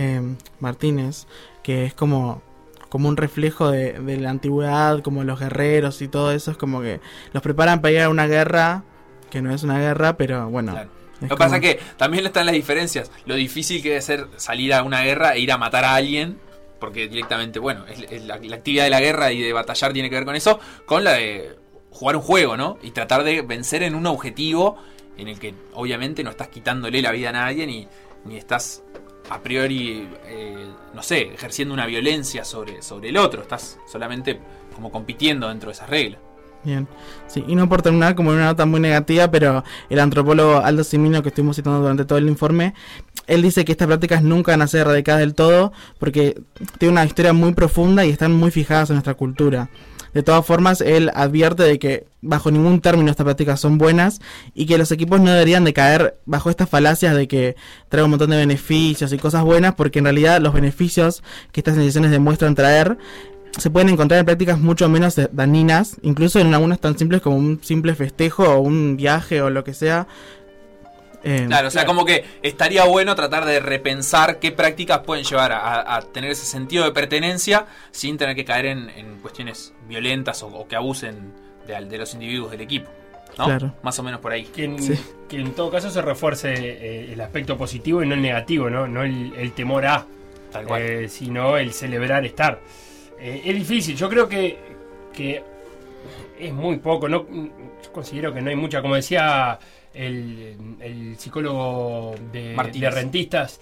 Martínez, que es como un reflejo de la antigüedad, como los guerreros y todo eso, es como que los preparan para ir a una guerra, que no es una guerra, pero bueno. Claro. Lo que pasa es que también están las diferencias, lo difícil que debe ser salir a una guerra e ir a matar a alguien, porque directamente, bueno, la actividad de la guerra y de batallar tiene que ver con eso, con la de jugar un juego, ¿no? Y tratar de vencer en un objetivo en el que obviamente no estás quitándole la vida a nadie ni estás a priori, no sé, ejerciendo una violencia sobre el otro. Estás solamente como compitiendo dentro de esas reglas. Bien, sí, y no por terminar como una nota muy negativa, pero el antropólogo Aldo Cimino, que estuvimos citando durante todo el informe, él dice que estas prácticas nunca van a ser erradicadas del todo porque tienen una historia muy profunda y están muy fijadas en nuestra cultura. De todas formas, él advierte de que bajo ningún término estas prácticas son buenas y que los equipos no deberían de caer bajo estas falacias de que trae un montón de beneficios y cosas buenas, porque en realidad los beneficios que estas iniciaciones demuestran traer se pueden encontrar en prácticas mucho menos dañinas, incluso en algunas tan simples como un simple festejo o un viaje o lo que sea. Claro, o sea, como que estaría bueno tratar de repensar qué prácticas pueden llevar a tener ese sentido de pertenencia sin tener que caer en cuestiones violentas o que abusen de los individuos del equipo, ¿no? Claro. Más o menos por ahí. Que en todo caso se refuerce el aspecto positivo y no el negativo, no el temor a, Tal cual. sino el celebrar estar. Es difícil, yo creo que es muy poco, yo considero que no hay mucha, como decía el psicólogo de rentistas,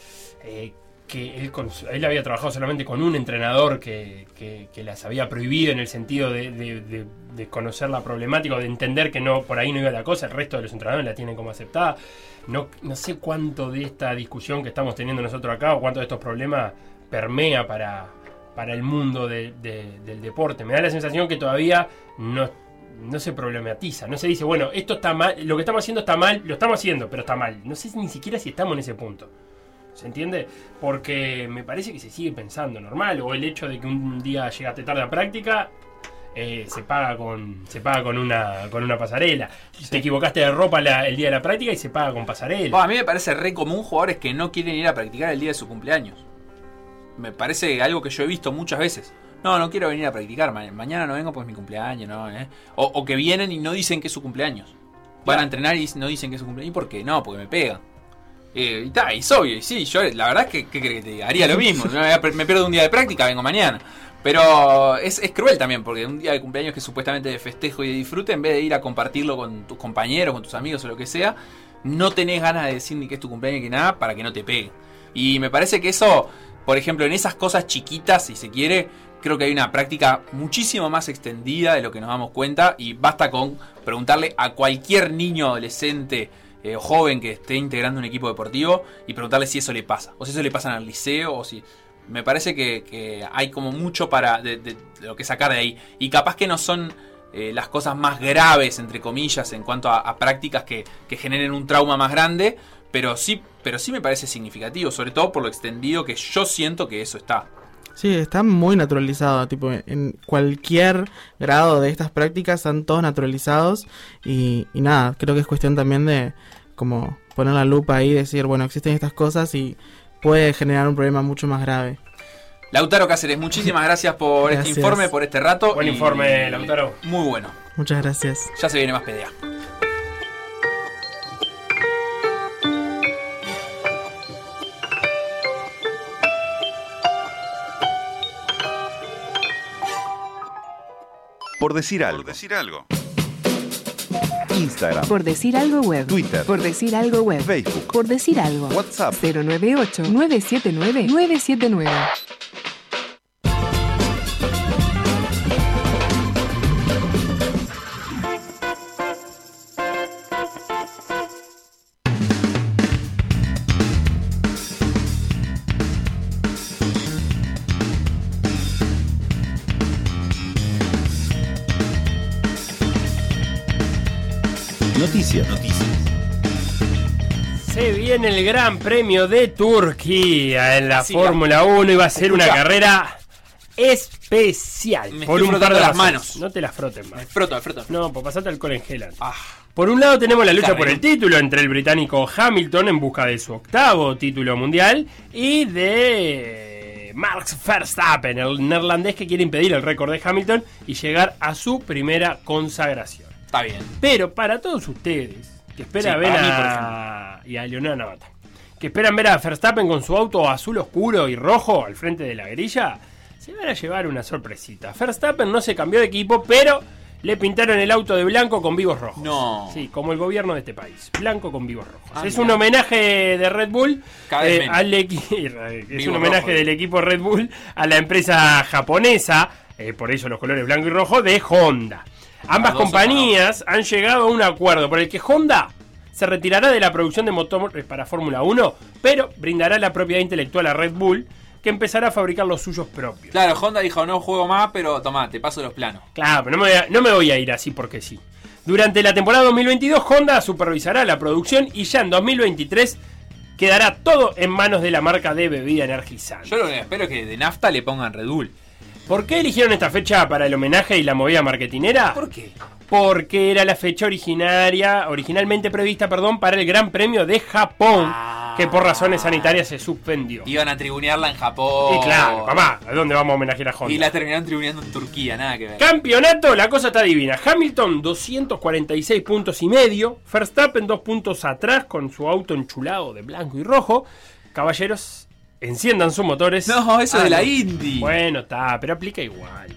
que él había trabajado solamente con un entrenador que las había prohibido en el sentido de conocer la problemática, de entender que por ahí no iba la cosa. El resto de los entrenadores la tienen como aceptada. No sé cuánto de esta discusión que estamos teniendo nosotros acá o cuánto de estos problemas permea para el mundo del deporte. Me da la sensación que todavía no se problematiza, no se dice, bueno, esto está mal, lo que estamos haciendo está mal, lo estamos haciendo, pero está mal. No sé ni siquiera si estamos en ese punto. ¿Se entiende? Porque me parece que se sigue pensando normal, o el hecho de que un día llegaste tarde a práctica, se paga con una pasarela. Sí. Te equivocaste de ropa el día de la práctica y se paga con pasarela. A mí me parece re común jugadores que no quieren ir a practicar el día de su cumpleaños. Me parece algo que yo he visto muchas veces. No quiero venir a practicar, mañana no vengo porque es mi cumpleaños, ¿no? O que vienen y no dicen que es su cumpleaños. Van a entrenar y no dicen que es su cumpleaños. ¿Y por qué? No, porque me pegan. Y es obvio, y sí, yo la verdad es que ¿qué crees que te diga? Haría lo mismo. Me pierdo un día de práctica, vengo mañana. Pero es cruel también, porque un día de cumpleaños que es supuestamente de festejo y de disfrute, en vez de ir a compartirlo con tus compañeros, con tus amigos o lo que sea, no tenés ganas de decir ni que es tu cumpleaños ni que nada para que no te peguen. Y me parece que eso, por ejemplo, en esas cosas chiquitas, si se quiere, creo que hay una práctica muchísimo más extendida de lo que nos damos cuenta, y basta con preguntarle a cualquier niño, adolescente o joven que esté integrando un equipo deportivo y preguntarle si eso le pasa, o si eso le pasa en el liceo, o si... Me parece que hay como mucho de lo que sacar de ahí, y capaz que no son las cosas más graves, entre comillas, en cuanto a prácticas que generen un trauma más grande, pero sí me parece significativo, sobre todo por lo extendido que yo siento que eso está. Sí, está muy naturalizado, tipo, en cualquier grado de estas prácticas están todos naturalizados y nada, creo que es cuestión también de como poner la lupa ahí y decir, bueno, existen estas cosas y puede generar un problema mucho más grave. Lautaro Cáceres, muchísimas gracias por este informe, por este rato. Buen informe, Lautaro. Muy bueno. Muchas gracias. Ya se viene más PDA. Por decir algo. Instagram. Por decir algo web. Twitter. Por decir algo web. Facebook. Por decir algo. WhatsApp. 098-979-979. Noticias. Se viene el Gran Premio de Turquía en la Sí, Fórmula 1 y va a ser una Escuchá. carrera especial. Me por estoy un par frotando de las razones. manos. No te las froten más. Me froto. No, pues pasate alcohol en gel antes. Ah, Por un lado tenemos la lucha Claro, por el título entre el británico Hamilton en busca de su 8º título mundial y de Max Verstappen, el neerlandés que quiere impedir el récord de Hamilton y llegar a su primera consagración. está bien. Pero para todos ustedes que esperan Sí, ver para mí, por y a Leonardo Navata, que esperan ver a Verstappen con su auto azul oscuro y rojo al frente de la grilla, se van a llevar una sorpresita. Verstappen no se cambió de equipo, pero le pintaron el auto de blanco con vivos rojos. No. Sí, como el gobierno de este país. Blanco con vivos rojos. Ah, Es mira. un homenaje de Red Bull Cada vez menos. al es Vivos un homenaje rojos. del equipo Red Bull a la empresa japonesa, por eso los colores blanco y rojo, de Honda. Ambas dos compañías han llegado a un acuerdo por el que Honda se retirará de la producción de motores para Fórmula 1, pero brindará la propiedad intelectual a Red Bull, que empezará a fabricar los suyos propios. Claro, Honda dijo, no juego más, pero tomá, te paso los planos. Claro, pero no me voy a ir así porque sí. Durante la temporada 2022, Honda supervisará la producción y ya en 2023 quedará todo en manos de la marca de bebida energizante. Yo lo que espero es que de nafta le pongan Red Bull. ¿Por qué eligieron esta fecha para el homenaje y la movida marketinera? ¿Por qué? Porque era la fecha originalmente prevista, para el Gran Premio de Japón, que por razones sanitarias se suspendió. Iban a tribunearla en Japón. Y claro, mamá, ¿a dónde vamos a homenajear a Honda? Y la terminaron tribuneando en Turquía, nada que ver. Campeonato, la cosa está divina. Hamilton 246 puntos y medio. Verstappen 2 puntos atrás con su auto enchulado de blanco y rojo. Caballeros, enciendan sus motores. No, eso de la no. Indy. Bueno, está, pero aplica igual.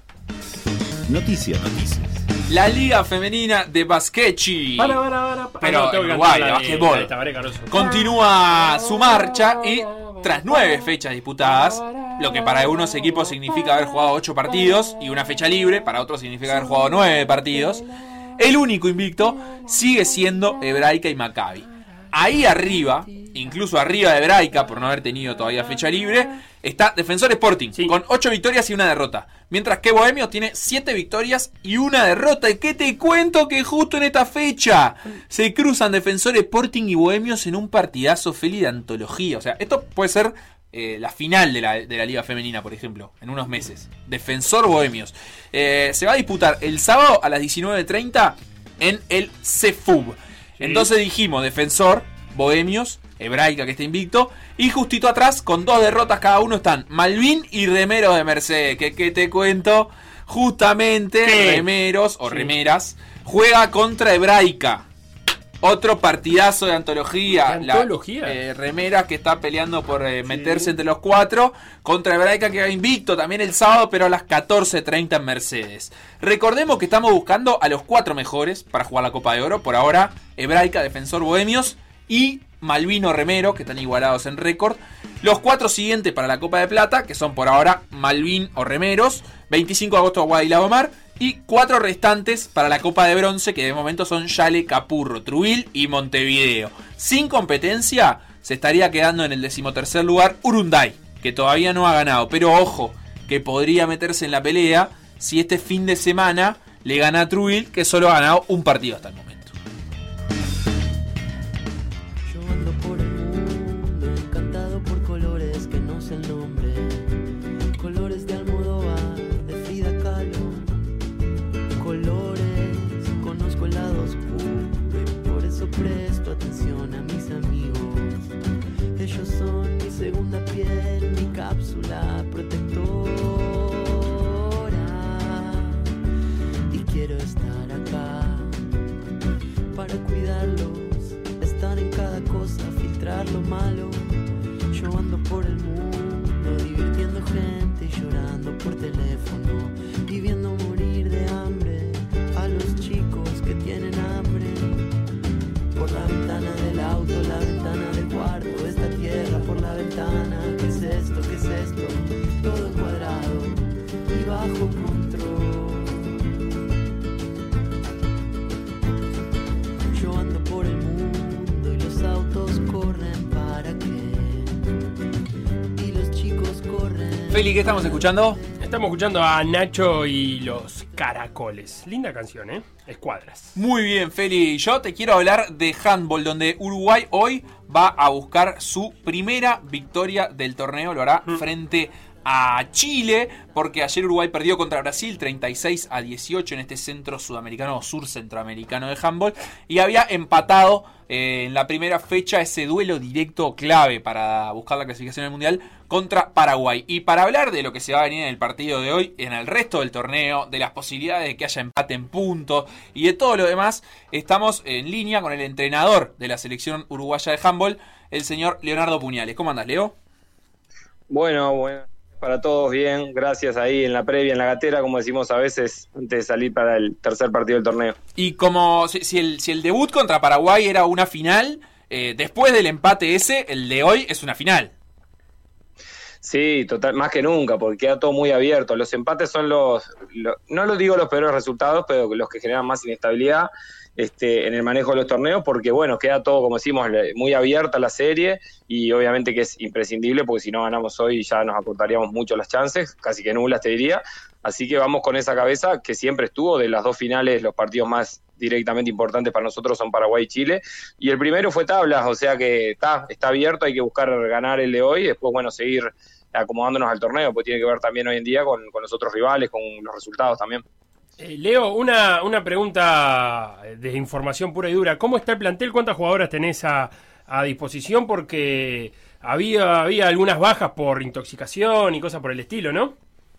Noticias. La Liga Femenina de Basquetchi. Para. Pero tengo en que Uruguay, cantar de la basquetbol. de Tabaré Caroso. Continúa su marcha y tras 9 fechas disputadas, lo que para algunos equipos significa haber jugado 8 partidos y una fecha libre, para otros significa haber jugado 9 partidos, el único invicto sigue siendo Hebraica y Maccabi. Ahí arriba, incluso arriba de Hebraica, por no haber tenido todavía fecha libre, está Defensor Sporting, Sí. con 8 victorias y una derrota. Mientras que Bohemio tiene 7 victorias y una derrota. ¿Y qué te cuento? Que justo en esta fecha se cruzan Defensor Sporting y Bohemios en un partidazo Feli de antología. O sea, esto puede ser la final de la Liga Femenina, por ejemplo, en unos meses. Defensor Bohemios. Se va a disputar el sábado a las 19:30 en el CFUB. Entonces dijimos Defensor, Bohemios, Hebraica que está invicto, y justito atrás con 2 derrotas cada uno están Malvin y Remeros de Mercedes. Que te cuento, justamente ¿Qué? Remeros o Sí. Remeras juega contra Hebraica. Otro partidazo de antología. ¿De antología? Remeras que está peleando por meterse entre los 4 contra Hebraica que va invicto también el sábado, pero a las 14:30 en Mercedes. Recordemos que estamos buscando a los 4 mejores para jugar la Copa de Oro. Por ahora, Hebraica, Defensor, Bohemios y Malvino Remero, que están igualados en récord. Los 4 siguientes para la Copa de Plata, que son por ahora Malvin o Remeros, 25 de agosto Guadalajara, y 4 restantes para la Copa de Bronce, que de momento son Yale, Capurro, Truil y Montevideo. Sin competencia, se estaría quedando en el 13º lugar Urunday, que todavía no ha ganado. Pero ojo, que podría meterse en la pelea si este fin de semana le gana a Truil, que solo ha ganado un partido hasta el momento. Yo ando por el mundo, encantado por colores que no sé el nombre. Colores de Almodóvar, de Frida Kahlo. Colores, conozco el lado oscuro y por eso presto atención a mis amigos. Ellos son mi segunda piel, mi cápsula protectora. Y quiero estar acá para cuidarlos, estar en cada cosa, filtrar lo malo. Yo ando por el mundo, mundo, divirtiendo gente y llorando por teléfono, y viendo morir de hambre a los chicos que tienen hambre. Por la ventana del auto, la ventana del cuarto, esta tierra por la ventana. ¿Qué es esto? ¿Qué es esto? Todo cuadrado y bajo control. Yo ando por el mundo y los autos corren para qué, y los chicos corren. Feli, ¿qué estamos escuchando? Estamos escuchando a Nacho y los Caracoles. Linda canción, ¿eh? Escuadras. Muy bien, Feli. Yo te quiero hablar de handball, donde Uruguay hoy va a buscar su primera victoria del torneo. Lo hará frente a Chile, porque ayer Uruguay perdió contra Brasil 36-18 en este centro sudamericano o sur centroamericano de handball, y había empatado en la primera fecha ese duelo directo clave para buscar la clasificación del Mundial contra Paraguay. Y para hablar de lo que se va a venir en el partido de hoy, en el resto del torneo, de las posibilidades de que haya empate en puntos y de todo lo demás, estamos en línea con el entrenador de la selección uruguaya de handball, el señor Leonardo Puñales. ¿Cómo andás, Leo? Bueno, para todos bien, gracias ahí en la previa, en la gatera, como decimos a veces, antes de salir para el tercer partido del torneo. Y como si el debut contra Paraguay era una final, después del empate ese, el de hoy es una final. Sí, total, más que nunca, porque queda todo muy abierto. Los empates son no lo digo los peores resultados, pero los que generan más inestabilidad en el manejo de los torneos, porque bueno, queda todo, como decimos, muy abierta la serie, y obviamente que es imprescindible, porque si no ganamos hoy ya nos acortaríamos mucho las chances, casi que nulas te diría. Así que vamos con esa cabeza que siempre estuvo. De las dos finales, los partidos más directamente importantes para nosotros son Paraguay y Chile, y el primero fue tablas, o sea que está abierto, hay que buscar ganar el de hoy, después bueno, seguir acomodándonos al torneo, pues tiene que ver también hoy en día con los otros rivales, con los resultados también. Leo, una pregunta de información pura y dura. ¿Cómo está el plantel? ¿Cuántas jugadoras tenés a disposición? Porque había algunas bajas por intoxicación y cosas por el estilo, ¿no?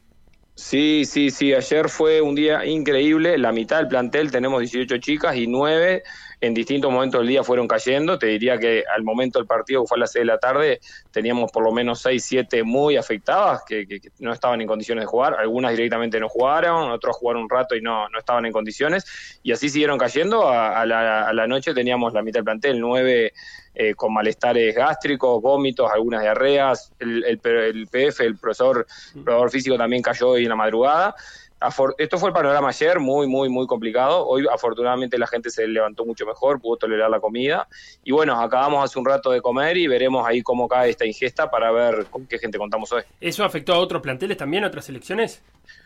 Sí, ayer fue un día increíble. La mitad del plantel, tenemos 18 chicas y 9 en distintos momentos del día fueron cayendo. Te diría que al momento del partido, que fue a las 6 de la tarde, teníamos por lo menos 6, 7 muy afectadas que no estaban en condiciones de jugar. Algunas directamente no jugaron, otros jugaron un rato y no estaban en condiciones, y así siguieron cayendo. A la noche teníamos la mitad del plantel, 9 con malestares gástricos, vómitos, algunas diarreas. El PF, el profesor físico, también cayó hoy en la madrugada. Esto fue el panorama ayer, muy, muy, muy complicado. Hoy, afortunadamente, la gente se levantó mucho mejor, pudo tolerar la comida. Y bueno, acabamos hace un rato de comer y veremos ahí cómo cae esta ingesta para ver con qué gente contamos hoy. ¿Eso afectó a otros planteles también, a otras selecciones?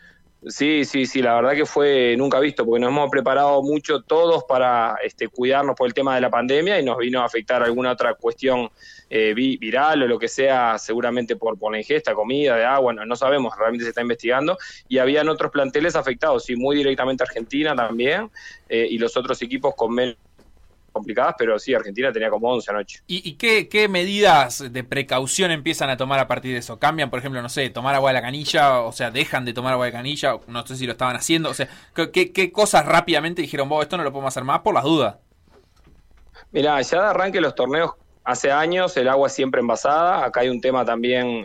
Sí, la verdad que fue nunca visto, porque nos hemos preparado mucho todos para cuidarnos por el tema de la pandemia, y nos vino a afectar alguna otra cuestión viral o lo que sea, seguramente por la ingesta, comida, de agua, no sabemos, realmente se está investigando, y habían otros planteles afectados, sí, muy directamente Argentina también, y los otros equipos con menos complicadas, pero sí, Argentina tenía como 11 anoche. ¿Y qué medidas de precaución empiezan a tomar a partir de eso? ¿Cambian, por ejemplo, no sé, tomar agua de la canilla? O sea, ¿dejan de tomar agua de canilla? No sé si lo estaban haciendo. O sea, ¿qué cosas rápidamente dijeron, esto no lo podemos hacer más por las dudas? Mirá, ya de arranque los torneos, hace años el agua es siempre envasada. Acá hay un tema también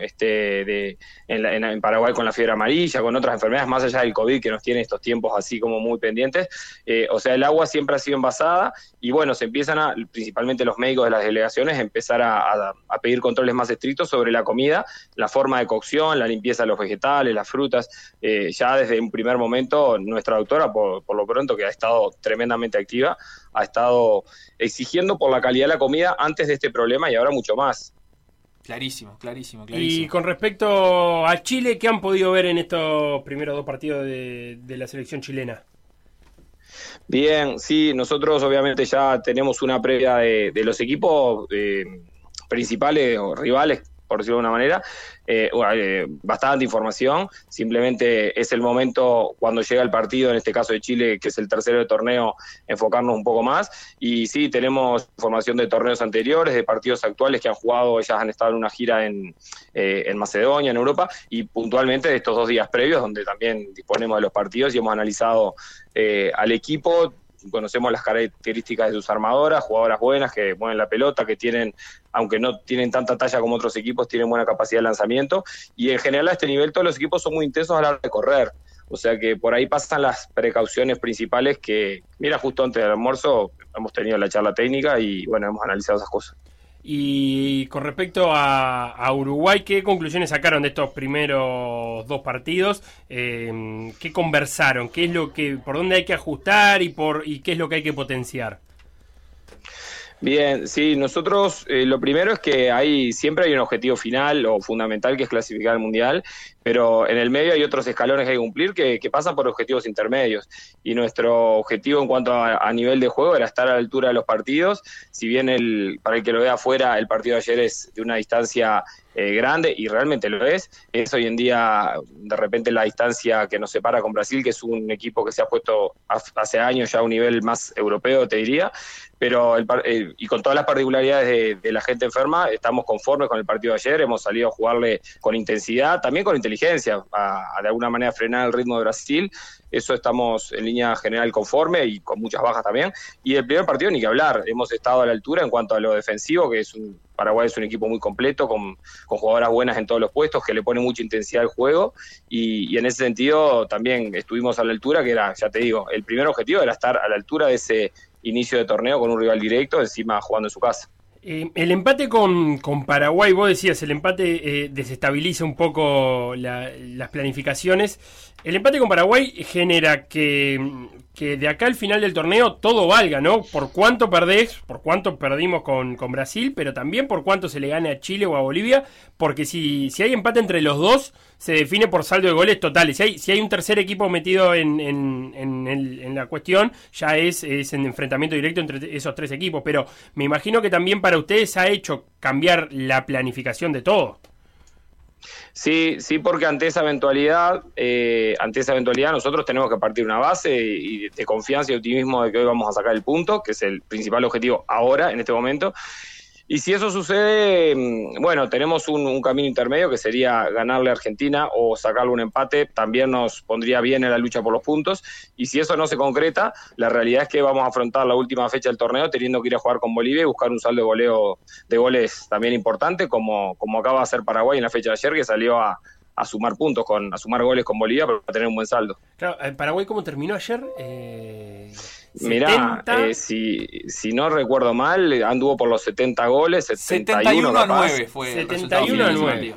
en Paraguay con la fiebre amarilla, con otras enfermedades, más allá del COVID, que nos tiene estos tiempos así como muy pendientes. O sea, el agua siempre ha sido envasada, y bueno, se empiezan principalmente los médicos de las delegaciones, empezar a pedir controles más estrictos sobre la comida, la forma de cocción, la limpieza de los vegetales, las frutas. Ya desde un primer momento, nuestra doctora, por lo pronto, que ha estado tremendamente activa, ha estado exigiendo por la calidad de la comida antes de este problema, y ahora mucho más. Clarísimo. Y con respecto a Chile, ¿qué han podido ver en estos primeros dos partidos de la selección chilena? Bien, sí, nosotros obviamente ya tenemos una previa de los equipos principales o rivales, por decirlo de una manera, bastante información. Simplemente es el momento, cuando llega el partido, en este caso de Chile, que es el tercero de torneo, enfocarnos un poco más. Y sí, tenemos información de torneos anteriores, de partidos actuales que han jugado. Ellas han estado en una gira en Macedonia, en Europa, y puntualmente de estos 2 días previos, donde también disponemos de los partidos y hemos analizado al equipo conocemos las características de sus armadoras, jugadoras buenas que mueven la pelota, que tienen, aunque no tienen tanta talla como otros equipos, tienen buena capacidad de lanzamiento, y en general a este nivel todos los equipos son muy intensos a la hora de correr. O sea que por ahí pasan las precauciones principales que, mira, justo antes del almuerzo hemos tenido la charla técnica y bueno, hemos analizado esas cosas. Y con respecto a Uruguay, ¿qué conclusiones sacaron de estos primeros 2 partidos? ¿Qué conversaron? ¿Qué es lo que, por dónde hay que ajustar y qué es lo que hay que potenciar? Bien, sí, nosotros lo primero es que siempre hay un objetivo final o fundamental que es clasificar al Mundial, pero en el medio hay otros escalones que hay que cumplir que pasan por objetivos intermedios. Y nuestro objetivo en cuanto a nivel de juego era estar a la altura de los partidos. Si bien para el que lo vea afuera, el partido de ayer es de una distancia grande, y realmente lo es hoy en día de repente la distancia que nos separa con Brasil, que es un equipo que se ha puesto hace años ya a un nivel más europeo, te diría, pero y con todas las particularidades de la gente enferma, estamos conformes con el partido de ayer, hemos salido a jugarle con intensidad, también con inteligencia, a de alguna manera frenar el ritmo de Brasil. Eso estamos en línea general conforme y con muchas bajas también. Y el primer partido ni que hablar, hemos estado a la altura en cuanto a lo defensivo, que Paraguay es un equipo muy completo, con jugadoras buenas en todos los puestos, que le pone mucha intensidad al juego, y en ese sentido también estuvimos a la altura, que era, ya te digo, el primer objetivo era estar a la altura de ese inicio de torneo con un rival directo, encima jugando en su casa. El empate con Paraguay, vos decías, el empate desestabiliza un poco las planificaciones. El empate con Paraguay genera que de acá al final del torneo todo valga, ¿no? Por cuánto perdés, por cuánto perdimos con Brasil, pero también por cuánto se le gane a Chile o a Bolivia, porque si hay empate entre los dos, se define por saldo de goles totales. Si hay un tercer equipo metido en la cuestión, ya es en enfrentamiento directo entre esos 3 equipos, pero me imagino que también para ustedes ha hecho cambiar la planificación de todo. Sí, porque ante esa eventualidad nosotros tenemos que partir una base y de confianza y optimismo de que hoy vamos a sacar el punto, que es el principal objetivo ahora, en este momento. Y si eso sucede, bueno, tenemos un camino intermedio que sería ganarle a Argentina o sacarle un empate, también nos pondría bien en la lucha por los puntos. Y si eso no se concreta, la realidad es que vamos a afrontar la última fecha del torneo teniendo que ir a jugar con Bolivia y buscar un saldo de goleo de goles también importante, como acaba de hacer Paraguay en la fecha de ayer, que salió a sumar puntos, a sumar goles con Bolivia para tener un buen saldo. Claro, ¿Paraguay cómo terminó ayer? Mirá, si no recuerdo mal, anduvo por los 70 goles, 71-9 fue 71-9.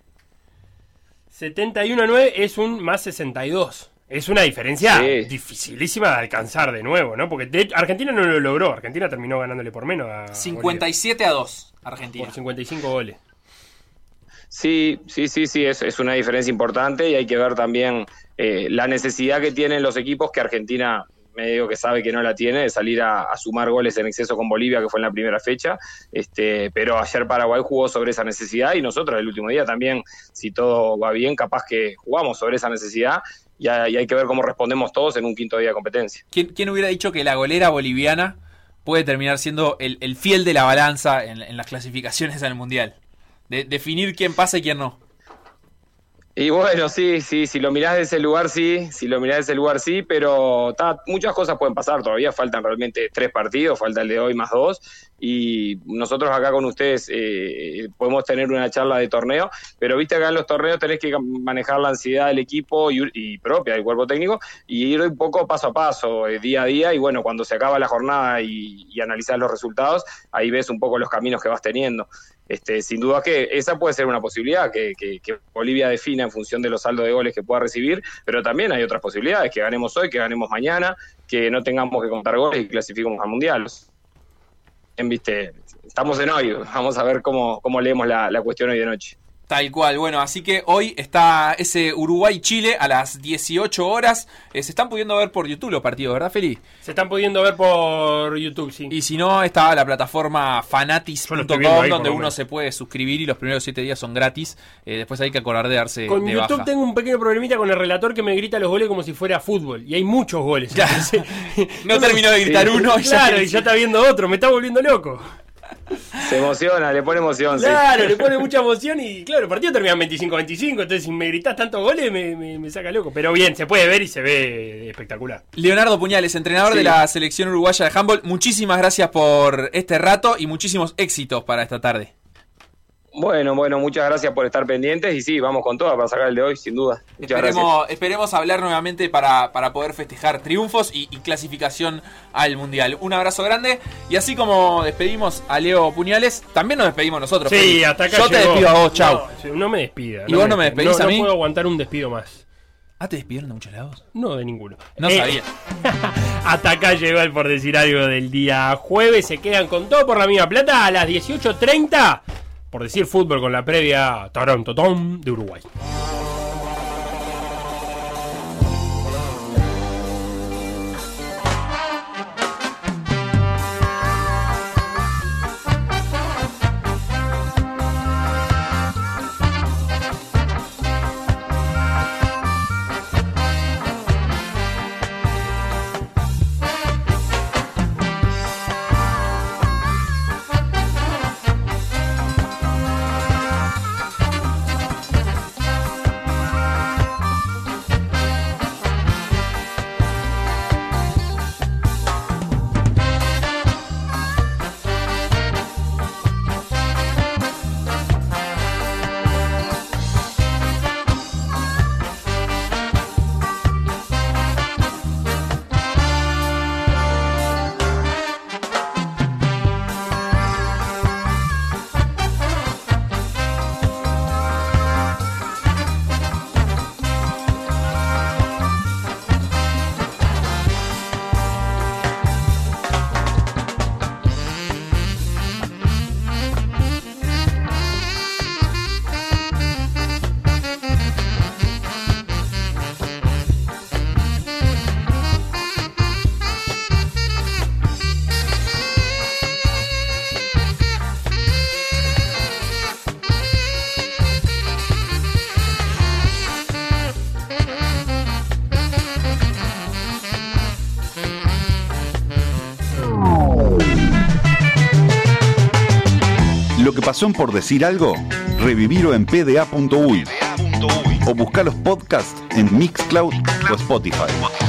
71-9 es un más 62. Es una diferencia dificilísima de alcanzar de nuevo, ¿no? Porque Argentina no lo logró. Argentina terminó ganándole por menos a 57-2 Argentina. Por 55 goles. Sí, es una diferencia importante, y hay que ver también la necesidad que tienen los equipos, que Argentina medio que sabe que no la tiene, de salir a sumar goles en exceso con Bolivia, que fue en la primera fecha, pero ayer Paraguay jugó sobre esa necesidad, y nosotros el último día también, si todo va bien, capaz que jugamos sobre esa necesidad, y hay que ver cómo respondemos todos en un quinto día de competencia. ¿Quién hubiera dicho que la golera boliviana puede terminar siendo el fiel de la balanza en las clasificaciones al Mundial? De definir quién pasa y quién no. Y bueno, sí, si lo mirás de ese lugar sí, pero muchas cosas pueden pasar, todavía faltan realmente 3 partidos, falta el de hoy más 2, y nosotros acá con ustedes podemos tener una charla de torneo, pero viste, acá en los torneos tenés que manejar la ansiedad del equipo y propia del cuerpo técnico, y ir un poco paso a paso, día a día, y bueno, cuando se acaba la jornada y analizás los resultados, ahí ves un poco los caminos que vas teniendo. Sin duda que esa puede ser una posibilidad, que Bolivia defina en función de los saldos de goles que pueda recibir, pero también hay otras posibilidades, que ganemos hoy, que ganemos mañana, que no tengamos que contar goles y clasifiquemos al Mundial. Estamos en hoy, vamos a ver cómo leemos la cuestión hoy de noche. Tal cual, bueno, así que hoy está ese Uruguay-Chile a las 18 horas. Se están pudiendo ver por YouTube los partidos, ¿verdad, Feli? Se están pudiendo ver por YouTube, sí. Y si no, está la plataforma fanatis.com, donde uno se puede suscribir y los primeros 7 días son gratis. Después hay que acordar de darse con de YouTube baja. Tengo un pequeño problemita con el relator que me grita los goles como si fuera fútbol. Y hay muchos goles. No terminó de gritar uno. Claro, y ya está viendo otro. Me está volviendo loco. Se emociona, le pone emoción. Claro, sí. le pone mucha emoción y claro, el partido termina 25-25, entonces si me gritás tantos goles me saca loco. Pero bien, se puede ver y se ve espectacular. Leonardo Puñales, entrenador de la selección uruguaya de handball, muchísimas gracias por este rato y muchísimos éxitos para esta tarde. Bueno, muchas gracias por estar pendientes y sí, vamos con toda para sacar el de hoy, sin duda. Muchas gracias. Esperemos hablar nuevamente para poder festejar triunfos y clasificación al Mundial. Un abrazo grande y así como despedimos a Leo Puñales, también nos despedimos nosotros. Sí, Feli. hasta acá yo te llegó. despido a vos, chau. No me despida. ¿Y vos no me despedís a mí? No puedo aguantar un despido más. ¿Ah, te despidieron de muchos lados? No, de ninguno. No sabía. Hasta acá llegó el Por Decir Algo del día jueves. Se quedan con todo por la misma plata a las 18:30. Por decir fútbol con la previa Toronto Tom de Uruguay. Lo que pasó en Por Decir Algo, revivirlo en pda.uy o buscar los podcasts en Mixcloud o Spotify.